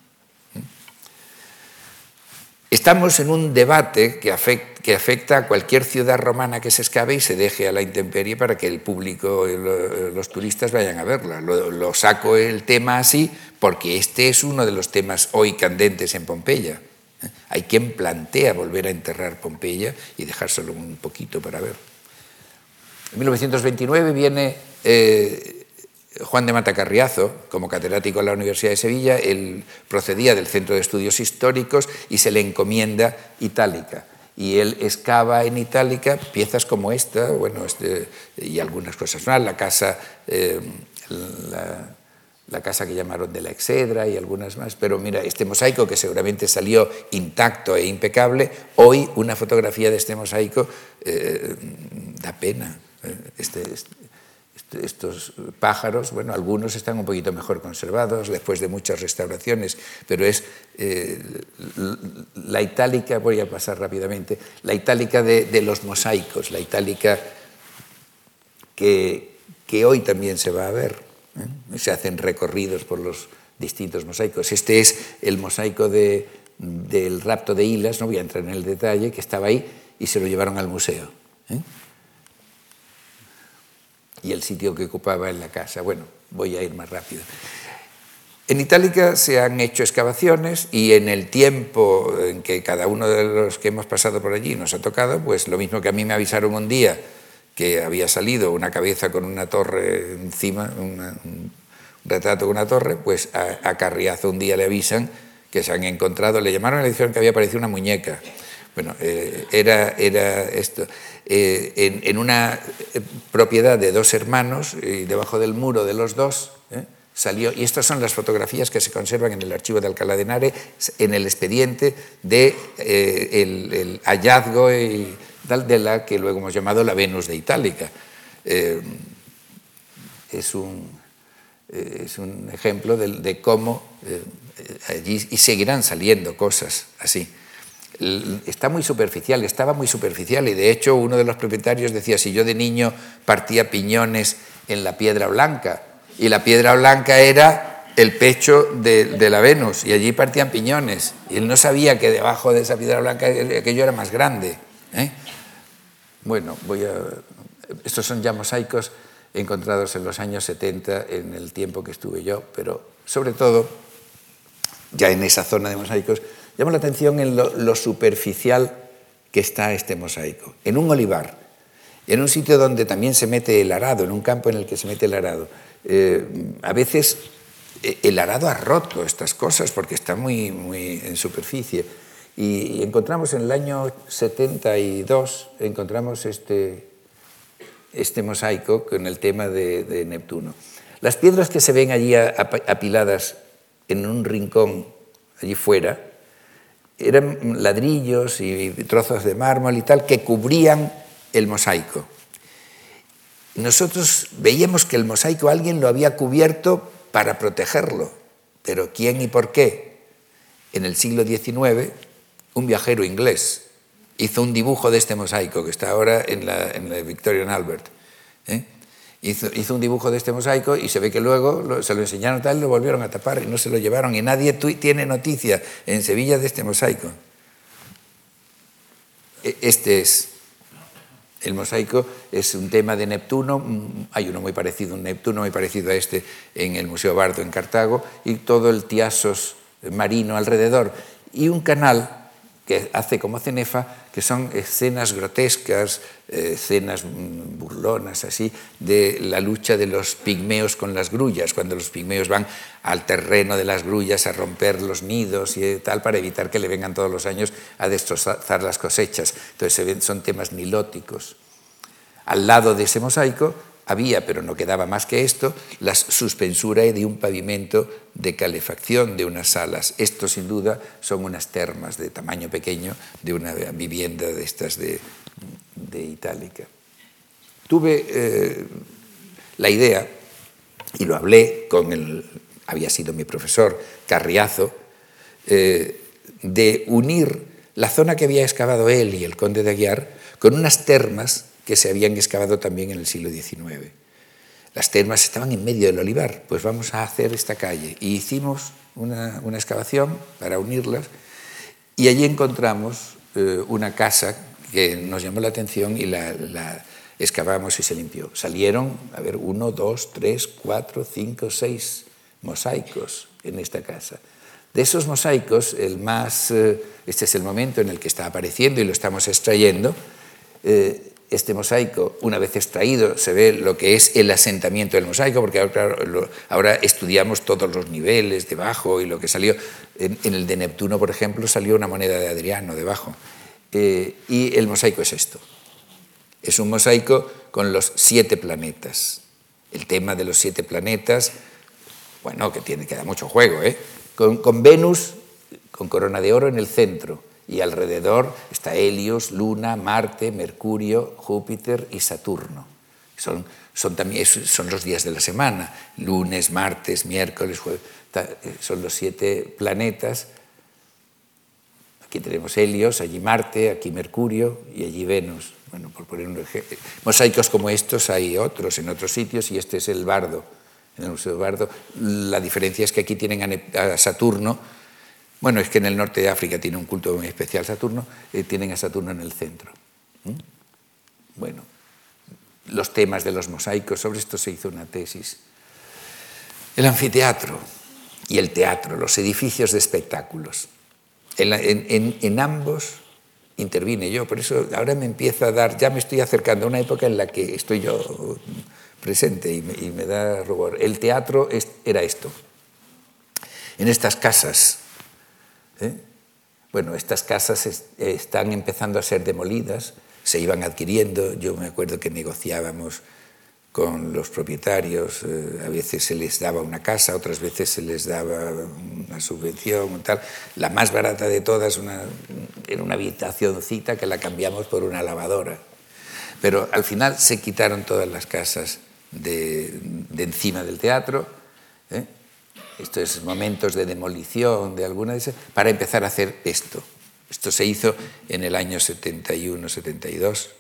Estamos en un debate que afecta, que afecta a cualquier ciudad romana que se excave y se deje a la intemperie para que el público, los turistas vayan a verla. Lo, lo saco el tema así porque este es uno de los temas hoy candentes en Pompeya. Hay quien plantea volver a enterrar Pompeya y dejárselo un poquito para ver. En mil novecientos veintinueve viene... Eh, Juan de Mata Carriazo, como catedrático en la Universidad de Sevilla, él procedía del Centro de Estudios Históricos y se le encomienda Itálica. Y él excava en Itálica piezas como esta, bueno, este, y algunas cosas más, la casa, eh, la, la casa que llamaron de la Exedra y algunas más, pero mira, este mosaico que seguramente salió intacto e impecable, hoy una fotografía de este mosaico eh, da pena. Este, este, estos pájaros, bueno, algunos están un poquito mejor conservados después de muchas restauraciones, pero es eh, la itálica, voy a pasar rápidamente, la itálica de, de los mosaicos, la itálica que, que hoy también se va a ver. ¿eh? Se hacen recorridos por los distintos mosaicos. Este es el mosaico de, del rapto de Hilas, no voy a entrar en el detalle, que estaba ahí y se lo llevaron al museo. ¿eh? Y el sitio que ocupaba en la casa. Bueno, voy a ir más rápido. En Itálica se han hecho excavaciones y en el tiempo en que cada uno de los que hemos pasado por allí nos ha tocado, pues lo mismo que a mí me avisaron un día que había salido una cabeza con una torre encima, una, un retrato con una torre, pues a, a Carriazo un día le avisan que se han encontrado, le llamaron y le dijeron que había aparecido una muñeca. Bueno, eh, era, era esto. Eh, en, en una propiedad de dos hermanos, y debajo del muro de los dos, eh, salió, y estas son las fotografías que se conservan en el archivo de Alcalá de Henares, en el expediente de eh, el, el hallazgo y tal de la que luego hemos llamado la Venus de Itálica. Eh, es, un, eh, es un ejemplo de, de cómo eh, allí y seguirán saliendo cosas así. Está muy superficial, estaba muy superficial y de hecho uno de los propietarios decía, si yo de niño partía piñones en la piedra blanca y la piedra blanca era el pecho de, de la Venus y allí partían piñones y él no sabía que debajo de esa piedra blanca aquello era más grande. ¿eh? Bueno, voy a... estos son ya mosaicos encontrados en los años setenta, en el tiempo que estuve yo, pero sobre todo ya en esa zona de mosaicos llama la atención en lo, lo superficial que está este mosaico. En un olivar, en un sitio donde también se mete el arado, en un campo en el que se mete el arado. Eh, a veces el arado ha roto estas cosas porque está muy, muy en superficie. Y, y encontramos en el año setenta y dos, encontramos este, este mosaico con el tema de, de Neptuno. Las piedras que se ven allí apiladas en un rincón allí fuera, eran ladrillos y trozos de mármol y tal que cubrían el mosaico. Nosotros veíamos que el mosaico alguien lo había cubierto para protegerlo, pero ¿quién y por qué? En el siglo diecinueve, un viajero inglés hizo un dibujo de este mosaico que está ahora en la, en la Victoria and Albert. ¿eh? Hizo, hizo un dibujo de este mosaico y se ve que luego lo, se lo enseñaron tal y lo volvieron a tapar y no se lo llevaron y nadie tiene noticia en Sevilla de este mosaico. Este es el mosaico, es un tema de Neptuno, hay uno muy parecido, un Neptuno muy parecido a este en el Museo Bardo en Cartago y todo el tiasos marino alrededor y un canal que hace como cenefa, que son escenas grotescas, eh, escenas burlonas, así, de la lucha de los pigmeos con las grullas, cuando los pigmeos van al terreno de las grullas a romper los nidos y tal, para evitar que le vengan todos los años a destrozar las cosechas. Entonces se ven, son temas nilóticos. Al lado de ese mosaico había, pero no quedaba más que esto, la suspensura de un pavimento de calefacción de unas salas. Esto, sin duda, son unas termas de tamaño pequeño de una vivienda de estas de, de Itálica. Tuve eh, la idea, y lo hablé con el, había sido mi profesor, Carriazo, eh, de unir la zona que había excavado él y el conde de Aguiar con unas termas que se habían excavado también en el siglo diecinueve. Las termas estaban en medio del olivar, pues vamos a hacer esta calle. Y hicimos una, una excavación para unirlas y allí encontramos eh, una casa que nos llamó la atención y la, la excavamos y se limpió. Salieron, a ver, uno, dos, tres, cuatro, cinco, seis mosaicos en esta casa. De esos mosaicos, el más, eh, este es el momento en el que está apareciendo y lo estamos extrayendo. Eh, Este mosaico, una vez extraído, se ve lo que es el asentamiento del mosaico, porque ahora, lo, ahora estudiamos todos los niveles debajo y lo que salió. En, en el de Neptuno, por ejemplo, salió una moneda de Adriano debajo. Eh, y el mosaico es esto. Es un mosaico con los siete planetas. El tema de los siete planetas bueno, que, tiene, que da mucho juego, ¿eh? Con, con Venus, con corona de oro en el centro, y alrededor está Helios, Luna, Marte, Mercurio, Júpiter y Saturno. Son, son, también, son los días de la semana, lunes, martes, miércoles, jueves, son los siete planetas. Aquí tenemos Helios, allí Marte, aquí Mercurio y allí Venus. Bueno, por poner un ejemplo. Mosaicos como estos hay otros en otros sitios y este es el Bardo, en el Museo Bardo. La diferencia es que aquí tienen a Saturno. Bueno, es que en el norte de África tiene un culto muy especial Saturno, eh, tienen a Saturno en el centro. ¿Mm? Bueno, los temas de los mosaicos, sobre esto se hizo una tesis. El anfiteatro y el teatro, los edificios de espectáculos. En, en, en, en ambos intervine yo, por eso ahora me empieza a dar, ya me estoy acercando a una época en la que estoy yo presente y me, y me da rubor. El teatro es, era esto. En estas casas, ¿eh? Bueno, estas casas es, están empezando a ser demolidas, se iban adquiriendo, yo me acuerdo que negociábamos con los propietarios, eh, a veces se les daba una casa, otras veces se les daba una subvención o tal. La más barata de todas una, era una habitacioncita que la cambiamos por una lavadora. Pero al final se quitaron todas las casas de, de encima del teatro, ¿eh? Estos momentos de demolición de alguna de esas, para empezar a hacer esto. Esto se hizo en el año setenta y uno, setenta y dos.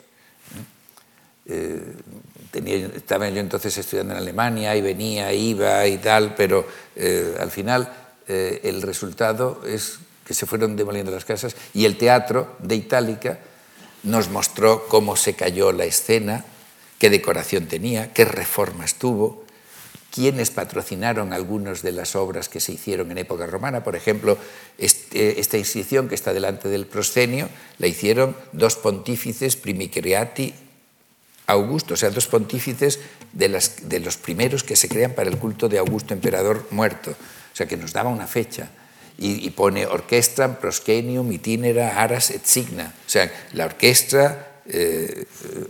Eh, tenía, estaba yo entonces estudiando en Alemania y venía, iba y tal, pero eh, al final eh, el resultado es que se fueron demoliendo las casas y el teatro de Itálica nos mostró cómo se cayó la escena, qué decoración tenía, qué reformas tuvo, quiénes patrocinaron algunas de las obras que se hicieron en época romana. Por ejemplo, este, esta inscripción que está delante del proscenio la hicieron dos pontífices primicreati Augusto, o sea, dos pontífices de, las, de los primeros que se crean para el culto de Augusto, emperador muerto. O sea, que nos daba una fecha. Y, y pone orquestram, proscenium, itinera, aras et signa. O sea, la orquesta, eh,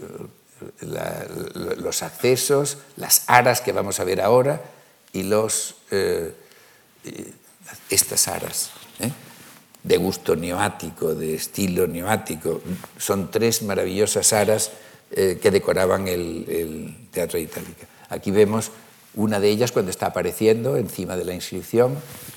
la, los accesos, las aras que vamos a ver ahora y los, eh, estas aras, ¿eh? de gusto neoático, de estilo neoático. Son tres maravillosas aras Eh, que decoraban el, el Teatro de Itálica. Aquí vemos una de ellas cuando está apareciendo encima de la inscripción.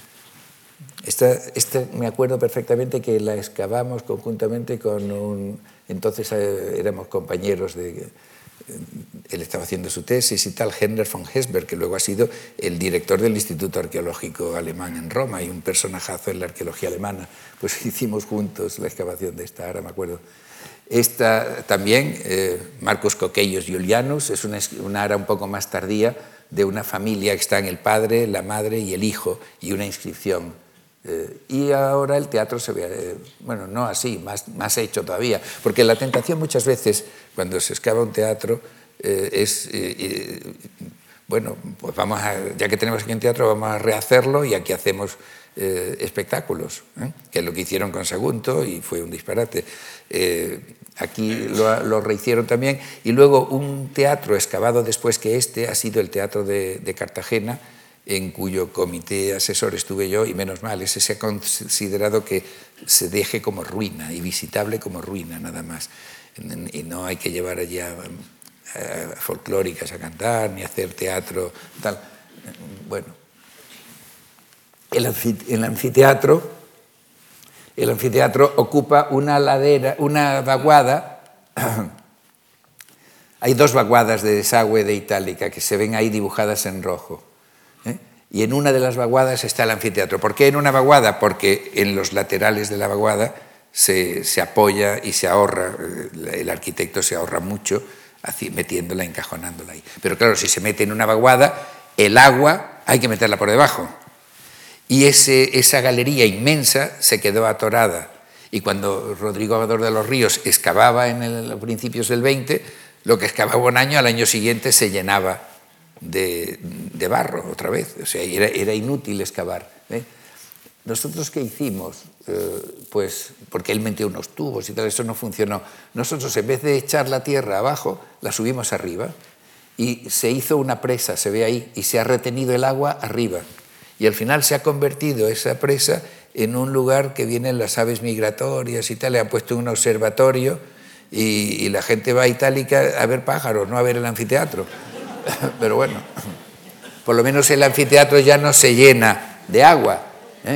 Esta, esta me acuerdo perfectamente que la excavamos conjuntamente con un... Entonces eh, éramos compañeros de... Eh, él estaba haciendo su tesis y tal, Henner von Hesberg, que luego ha sido el director del Instituto Arqueológico Alemán en Roma y un personajazo en la arqueología alemana. Pues hicimos juntos la excavación de esta ara, me acuerdo. Esta también, eh, Marcus Coqueius Julianus, es una, una ara un poco más tardía de una familia que está en el padre, la madre y el hijo, y una inscripción. Eh, y ahora el teatro se ve, eh, bueno, no así, más, más hecho todavía, porque la tentación muchas veces, cuando se excava un teatro, eh, es, eh, eh, bueno, pues vamos a, ya que tenemos aquí un teatro, vamos a rehacerlo y aquí hacemos eh, espectáculos, ¿eh? Que es lo que hicieron con Sagunto y fue un disparate. Eh, aquí lo, lo rehicieron también y luego un teatro excavado después que este ha sido el Teatro de, de Cartagena, en cuyo comité asesor estuve yo y menos mal, ese se ha considerado que se deje como ruina y visitable como ruina nada más y no hay que llevar allí a, a folclóricas a cantar ni hacer teatro tal. Bueno, el, anfite, el anfiteatro El anfiteatro ocupa una ladera, una vaguada. Hay dos vaguadas de desagüe de Itálica que se ven ahí dibujadas en rojo. ¿eh? Y en una de las vaguadas está el anfiteatro. ¿Por qué en una vaguada? Porque en los laterales de la vaguada se, se apoya y se ahorra, el arquitecto se ahorra mucho así, metiéndola, encajonándola ahí. Pero claro, si se mete en una vaguada, el agua hay que meterla por debajo. Y ese, esa galería inmensa se quedó atorada. Y cuando Rodrigo Amador de los Ríos excavaba en el, los principios del veinte, lo que excavaba un año, al año siguiente se llenaba de, de barro otra vez. O sea, era, era inútil excavar. ¿eh? ¿Nosotros qué hicimos? Eh, pues porque él metió unos tubos y tal, eso no funcionó. Nosotros, en vez de echar la tierra abajo, la subimos arriba y se hizo una presa, se ve ahí, y se ha retenido el agua arriba. Y al final se ha convertido esa presa en un lugar que vienen las aves migratorias y tal, le han puesto un observatorio y, y la gente va a Itálica a ver pájaros, no a ver el anfiteatro. Pero bueno, por lo menos el anfiteatro ya no se llena de agua, ¿eh?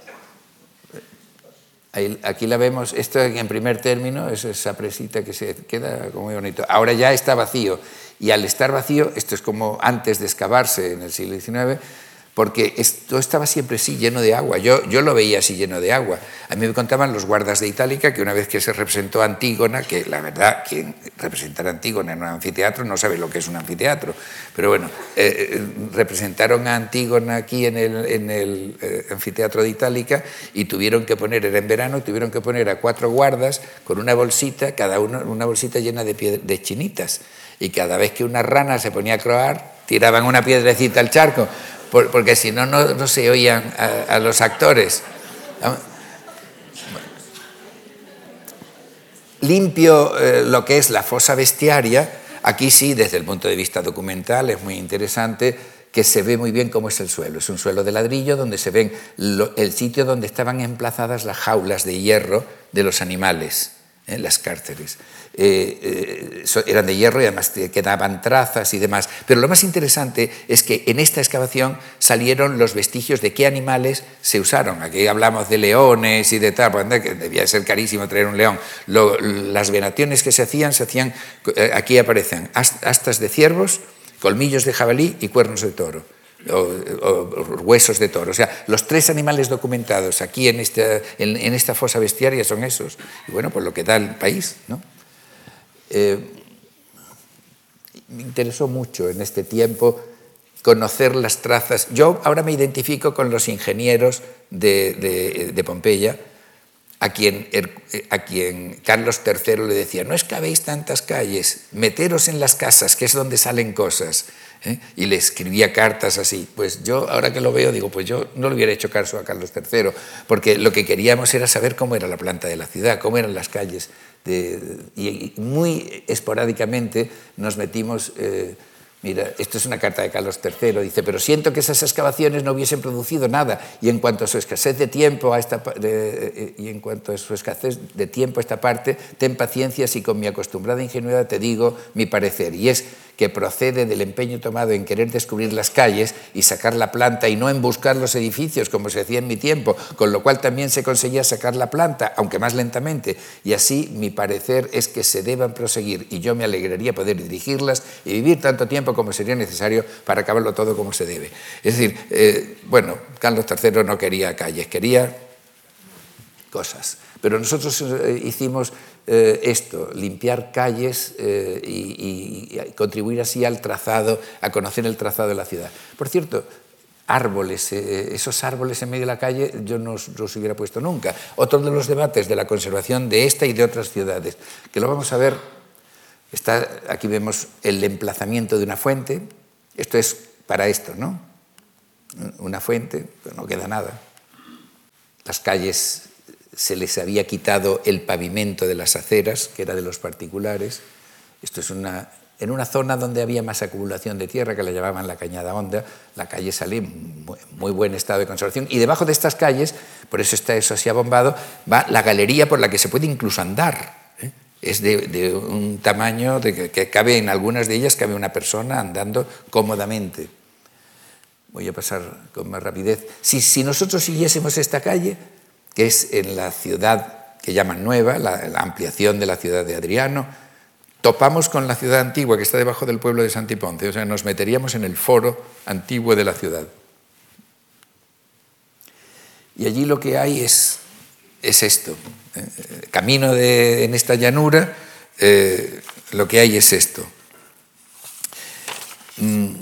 Ahí, aquí la vemos, esto en primer término, es esa presita que se queda como muy bonito. Ahora ya está vacío, y al estar vacío, esto es como antes de excavarse en el siglo diecinueve, porque esto estaba siempre así, lleno de agua. Yo, yo lo veía así, lleno de agua. A mí me contaban los guardas de Itálica que una vez que se representó a Antígona, que la verdad, quien representara a Antígona en un anfiteatro no sabe lo que es un anfiteatro, pero bueno, eh, representaron a Antígona aquí en el, en el eh, anfiteatro de Itálica y tuvieron que poner, era en verano, tuvieron que poner a cuatro guardas con una bolsita, cada uno una bolsita llena de, piedra, de chinitas, y cada vez que una rana se ponía a croar, tiraban una piedrecita al charco, porque si no, no se oían a, a los actores. Limpio eh, lo que es la fosa bestiaria, aquí sí, desde el punto de vista documental, es muy interesante que se ve muy bien cómo es el suelo. Es un suelo de ladrillo donde se ven lo, el sitio donde estaban emplazadas las jaulas de hierro de los animales, ¿eh? Las cárceles. Eh, eh, eran de hierro y además quedaban trazas y demás. Pero lo más interesante es que en esta excavación salieron los vestigios de qué animales se usaron. Aquí hablamos de leones y de tal, pues, que debía ser carísimo traer un león. Lo, las venaciones que se hacían, se hacían, eh, aquí aparecen astas de ciervos, colmillos de jabalí y cuernos de toro. O, o, o huesos de toro. O sea, los tres animales documentados aquí en esta, en, en esta fosa bestiaria son esos. Y bueno, pues lo que da el país, ¿no? Eh, me interesó mucho en este tiempo conocer las trazas. Yo ahora me identifico con los ingenieros de, de, de Pompeya, a quien, a quien Carlos tercero le decía: no excavéis tantas calles, meteros en las casas, que es donde salen cosas. ¿Eh? Y le escribía cartas así. Pues yo, ahora que lo veo, digo, pues yo no le hubiera hecho caso a Carlos tercero, porque lo que queríamos era saber cómo era la planta de la ciudad, cómo eran las calles. De, y muy esporádicamente nos metimos... Eh, Mira, esto es una carta de Carlos tercero, dice: pero siento que esas excavaciones no hubiesen producido nada, y en cuanto a su escasez de tiempo a esta, de, y en cuanto a su escasez de tiempo a esta parte, ten paciencia si con mi acostumbrada ingenuidad te digo mi parecer, y es que procede del empeño tomado en querer descubrir las calles y sacar la planta, y no en buscar los edificios como se hacía en mi tiempo, con lo cual también se conseguía sacar la planta, aunque más lentamente, y así mi parecer es que se deban proseguir, y yo me alegraría poder dirigirlas y vivir tanto tiempo como sería necesario para acabarlo todo como se debe. Es decir, eh, bueno, Carlos tercero no quería calles, quería cosas. Pero nosotros eh, hicimos eh, esto, limpiar calles eh, y, y contribuir así al trazado, a conocer el trazado de la ciudad. Por cierto, árboles, eh, esos árboles en medio de la calle yo no los hubiera puesto nunca. Otro de los debates de la conservación de esta y de otras ciudades, que lo vamos a ver. Está, aquí vemos el emplazamiento de una fuente. Esto es para esto, ¿no? Una fuente, pero no queda nada. Las calles se les había quitado el pavimento de las aceras, que era de los particulares. Esto es una, en una zona donde había más acumulación de tierra, que la llamaban la Cañada Honda. La calle sale en muy, muy buen estado de conservación. Y debajo de estas calles, por eso está eso así abombado, va la galería por la que se puede incluso andar. Es de, de un tamaño de que, que cabe en algunas de ellas, cabe una persona andando cómodamente. Voy a pasar con más rapidez. Si, si nosotros siguiésemos esta calle, que es en la ciudad que llaman Nueva, la, la ampliación de la ciudad de Adriano, topamos con la ciudad antigua que está debajo del pueblo de Santiponce, o sea, nos meteríamos en el foro antiguo de la ciudad. Y allí lo que hay es, es esto. Eh, camino de, en esta llanura, eh, lo que hay es esto. Mm.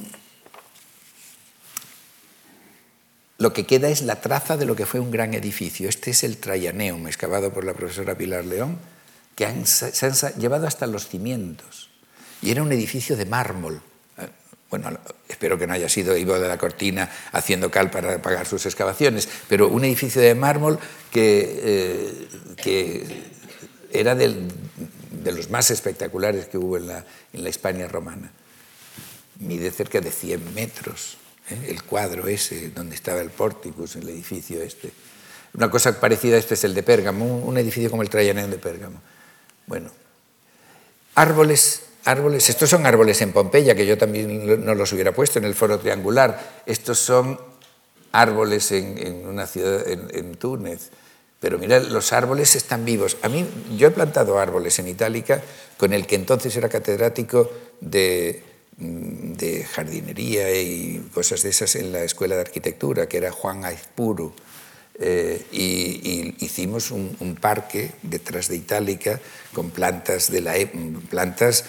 Lo que queda es la traza de lo que fue un gran edificio. Este es el Traianeum, excavado por la profesora Pilar León, que han, se han llevado hasta los cimientos. Y era un edificio de mármol. Bueno, espero que no haya sido Ivo de la Cortina haciendo cal para pagar sus excavaciones, pero un edificio de mármol que, eh, que era del, de los más espectaculares que hubo en la, en la Hispania romana. mide cerca de cien metros, ¿eh? El cuadro ese, donde estaba el Porticus, el edificio este. Una cosa parecida a este es el de Pérgamo, un edificio como el Traianeum de Pérgamo. Bueno, árboles, árboles, estos son árboles en Pompeya, que yo también no los hubiera puesto en el Foro Triangular. Estos son árboles en, en una ciudad, en, en Túnez. Pero mira, los árboles están vivos. A mí, yo he plantado árboles en Itálica con el que entonces era catedrático de, de jardinería y cosas de esas en la Escuela de Arquitectura, que era Juan Aizpuru. Eh, y, y hicimos un, un parque detrás de Itálica con plantas, de la, plantas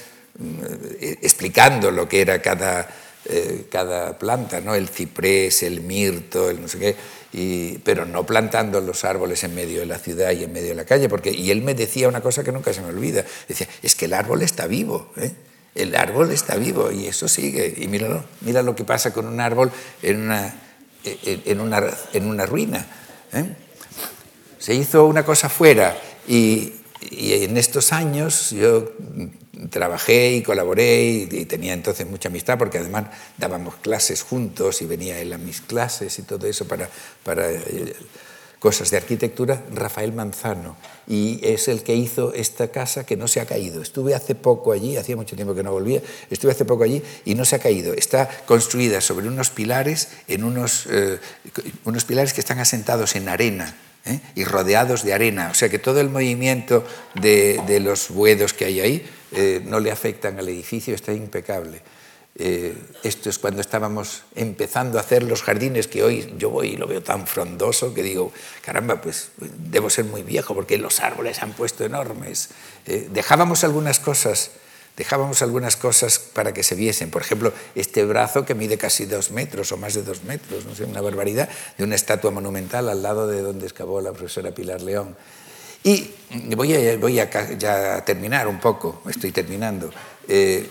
eh, explicando lo que era cada, eh, cada planta, ¿no? El ciprés, el mirto, el no sé qué. Y, pero no plantando los árboles en medio de la ciudad y en medio de la calle, porque, y él me decía una cosa que nunca se me olvida, decía, es que el árbol está vivo, ¿eh? El árbol está vivo y eso sigue, y míralo, mira lo que pasa con un árbol en una, en una, en una ruina, ¿eh? Se hizo una cosa fuera y, y en estos años yo trabajé y colaboré y, y tenía entonces mucha amistad porque además dábamos clases juntos y venía él a mis clases y todo eso para, para eh, cosas de arquitectura, Rafael Manzano, y es el que hizo esta casa que no se ha caído. Estuve hace poco allí, hacía mucho tiempo que no volvía, estuve hace poco allí y no se ha caído. Está construida sobre unos pilares, en unos, eh, unos pilares que están asentados en arena, ¿eh? Y rodeados de arena, o sea que todo el movimiento de, de los buedos que hay ahí eh, no le afectan al edificio, está impecable. Eh, esto es cuando estábamos empezando a hacer los jardines, que hoy yo voy y lo veo tan frondoso que digo, caramba, pues debo ser muy viejo porque los árboles se han puesto enormes. Eh, dejábamos algunas cosas, dejábamos algunas cosas para que se viesen. Por ejemplo, este brazo que mide casi dos metros o más de dos metros, no sé, una barbaridad, de una estatua monumental al lado de donde excavó la profesora Pilar León. Y voy a, voy a ya terminar un poco, estoy terminando. Eh,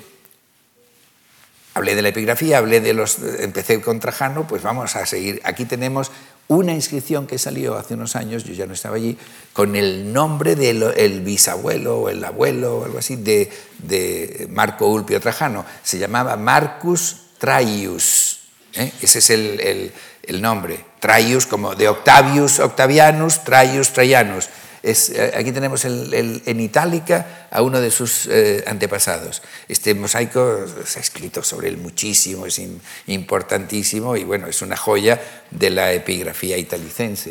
hablé de la epigrafía, hablé de los, empecé con Trajano, pues vamos a seguir. Aquí tenemos una inscripción que salió hace unos años, yo ya no estaba allí, con el nombre del bisabuelo o el abuelo o algo así de, de Marco Ulpio Trajano. Se llamaba Marcus Traius, ¿eh? Ese es el, el, el nombre. Traius como de Octavius Octavianus, Traius Traianus. Es, aquí tenemos el, el, en itálica a uno de sus eh, antepasados. Este mosaico se ha escrito sobre él muchísimo, es in, importantísimo y bueno, es una joya de la epigrafía italicense.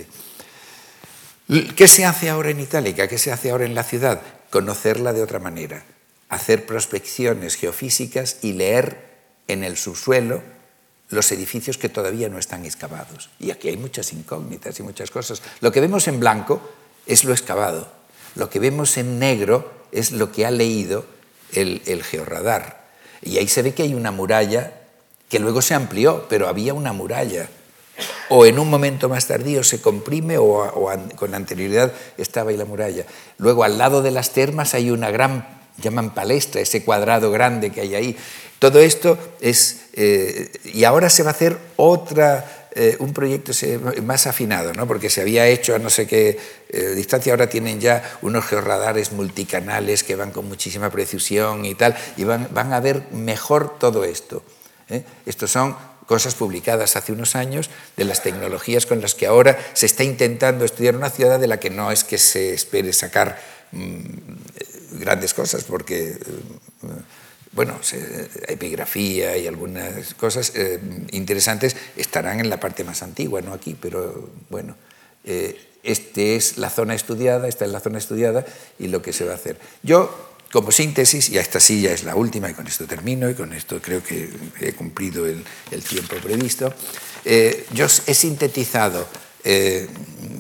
¿Qué se hace ahora en Itálica? ¿Qué se hace ahora en la ciudad? Conocerla de otra manera, hacer prospecciones geofísicas y leer en el subsuelo los edificios que todavía no están excavados. Y aquí hay muchas incógnitas y muchas cosas. Lo que vemos en blanco es lo excavado. Lo que vemos en negro es lo que ha leído el, el georradar. Y ahí se ve que hay una muralla que luego se amplió, pero había una muralla. O en un momento más tardío se comprime o, o an, con anterioridad estaba ahí la muralla. Luego al lado de las termas hay una gran, llaman palestra, ese cuadrado grande que hay ahí. Todo esto es... Eh, y ahora se va a hacer otra... Eh, un proyecto más afinado, ¿no? Porque se había hecho a no sé qué eh, distancia, ahora tienen ya unos georradares multicanales que van con muchísima precisión y tal, y van, van a ver mejor todo esto. ¿eh? Estos son cosas publicadas hace unos años de las tecnologías con las que ahora se está intentando estudiar una ciudad de la que no es que se espere sacar mmm, grandes cosas, porque... Eh, bueno, epigrafía y algunas cosas eh, interesantes estarán en la parte más antigua, no aquí, pero bueno, eh, esta es la zona estudiada, esta es la zona estudiada y lo que se va a hacer. Yo, como síntesis, y esta sí ya es la última y con esto termino y con esto creo que he cumplido el, el tiempo previsto, eh, yo he sintetizado eh,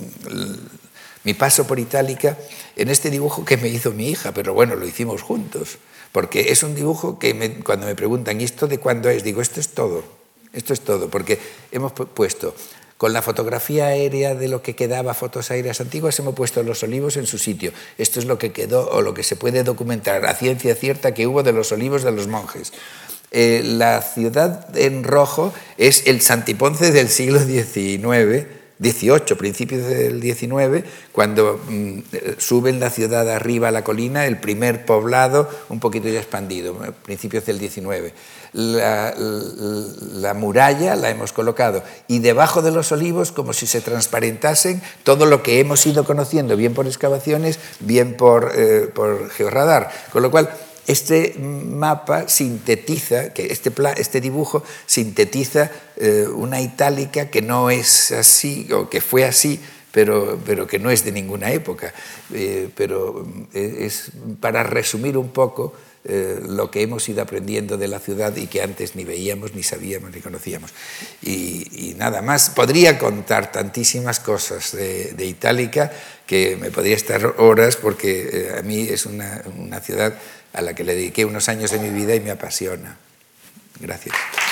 mi paso por Itálica en este dibujo que me hizo mi hija, pero bueno, lo hicimos juntos. Porque es un dibujo que me, cuando me preguntan, ¿y esto de cuándo es? Digo, esto es todo, esto es todo, porque hemos puesto, con la fotografía aérea de lo que quedaba, fotos aéreas antiguas, hemos puesto los olivos en su sitio. Esto es lo que quedó o lo que se puede documentar a ciencia cierta que hubo de los olivos de los monjes. Eh, la ciudad en rojo es el Santiponce del siglo diecinueve, dieciocho, principios del diecinueve, cuando mm, suben la ciudad arriba a la colina, el primer poblado un poquito ya expandido, principios del diecinueve. La, la, la muralla la hemos colocado y debajo de los olivos, como si se transparentasen todo lo que hemos ido conociendo, bien por excavaciones, bien por, eh, por georradar. Con lo cual, este mapa sintetiza, que este, pla, este dibujo sintetiza eh, una Itálica que no es así, o que fue así, pero, pero que no es de ninguna época. Eh, pero es para resumir un poco eh, lo que hemos ido aprendiendo de la ciudad y que antes ni veíamos, ni sabíamos, ni conocíamos. Y, y nada más, podría contar tantísimas cosas de, de Itálica que me podría estar horas, porque eh, a mí es una, una ciudad a la que le dediqué unos años de mi vida y me apasiona. Gracias.